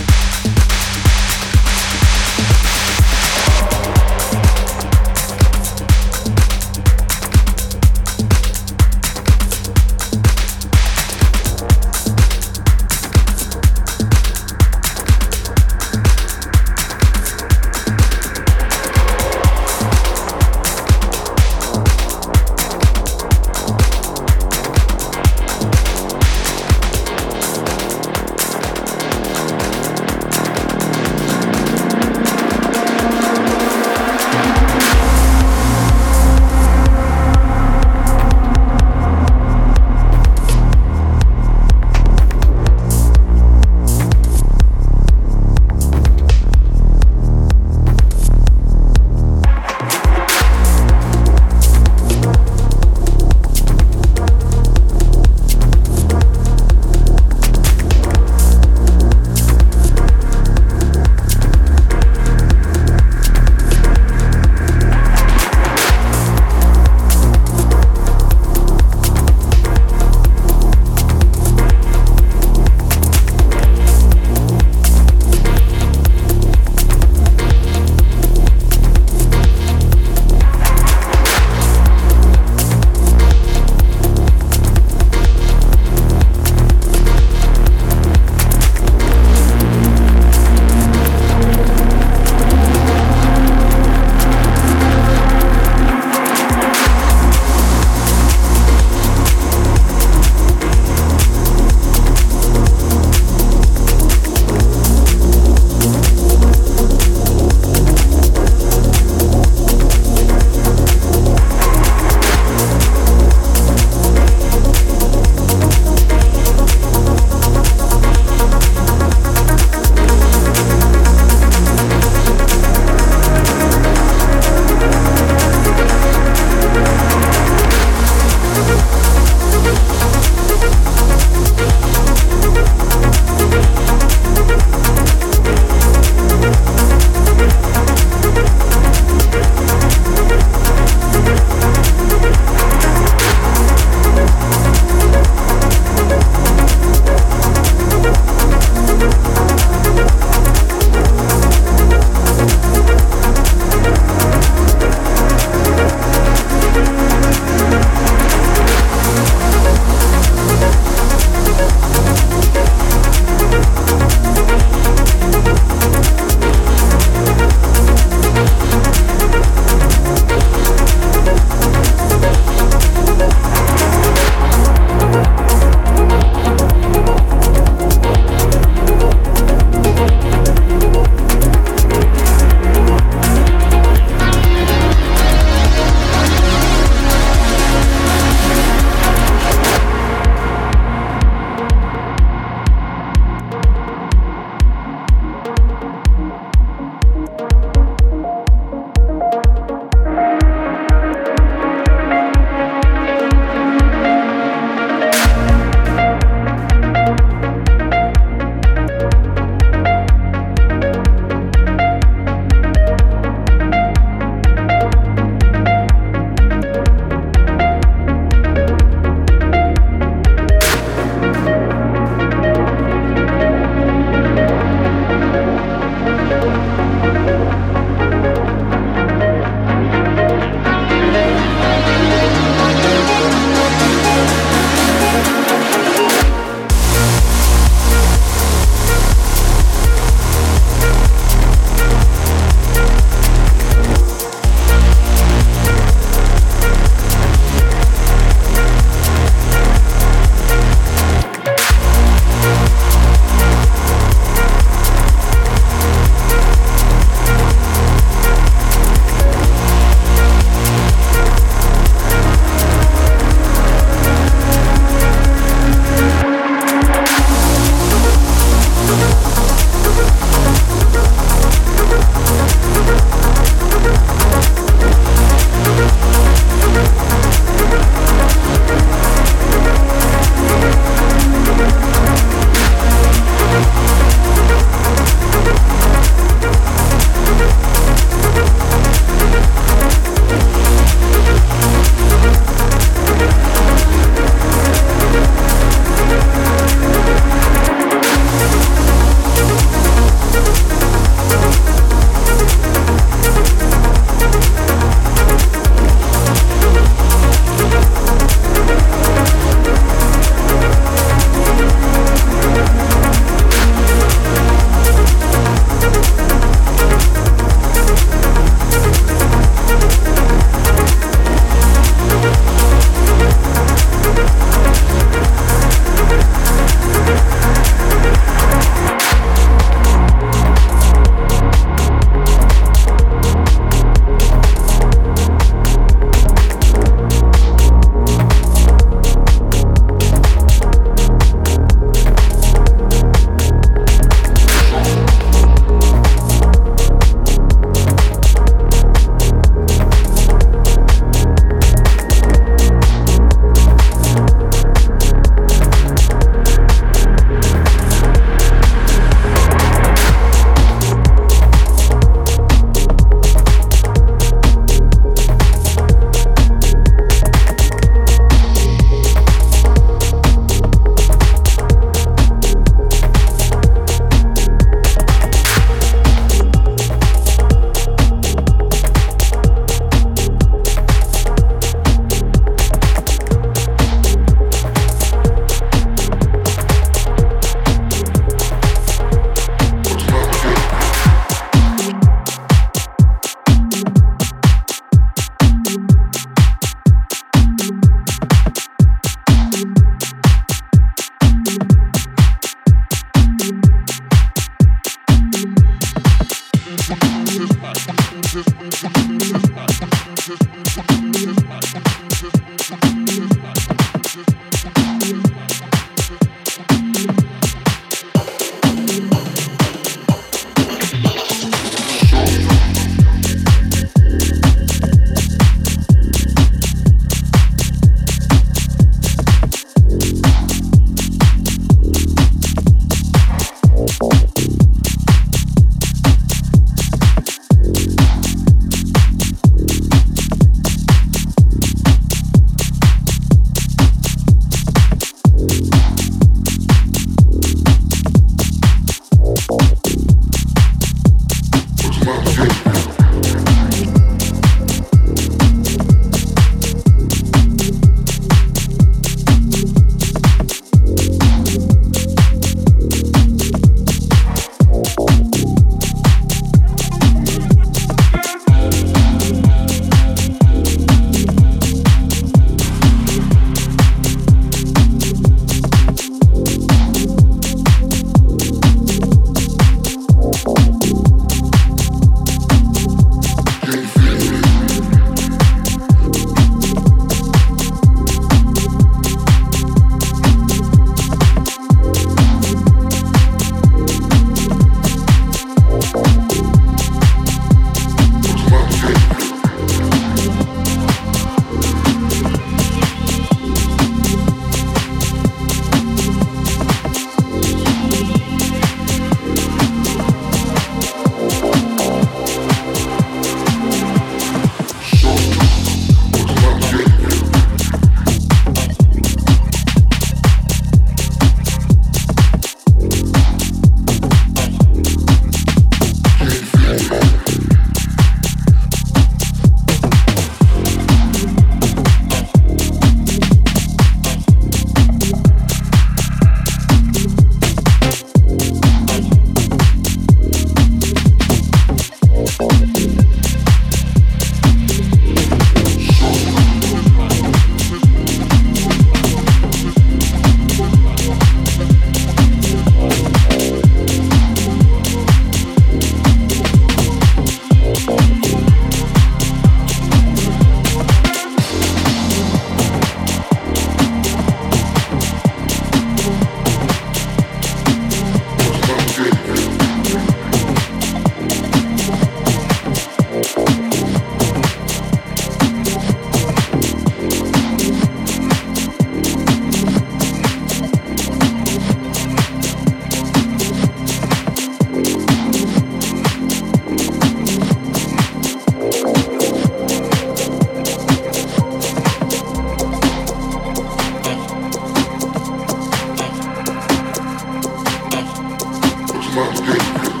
my dick.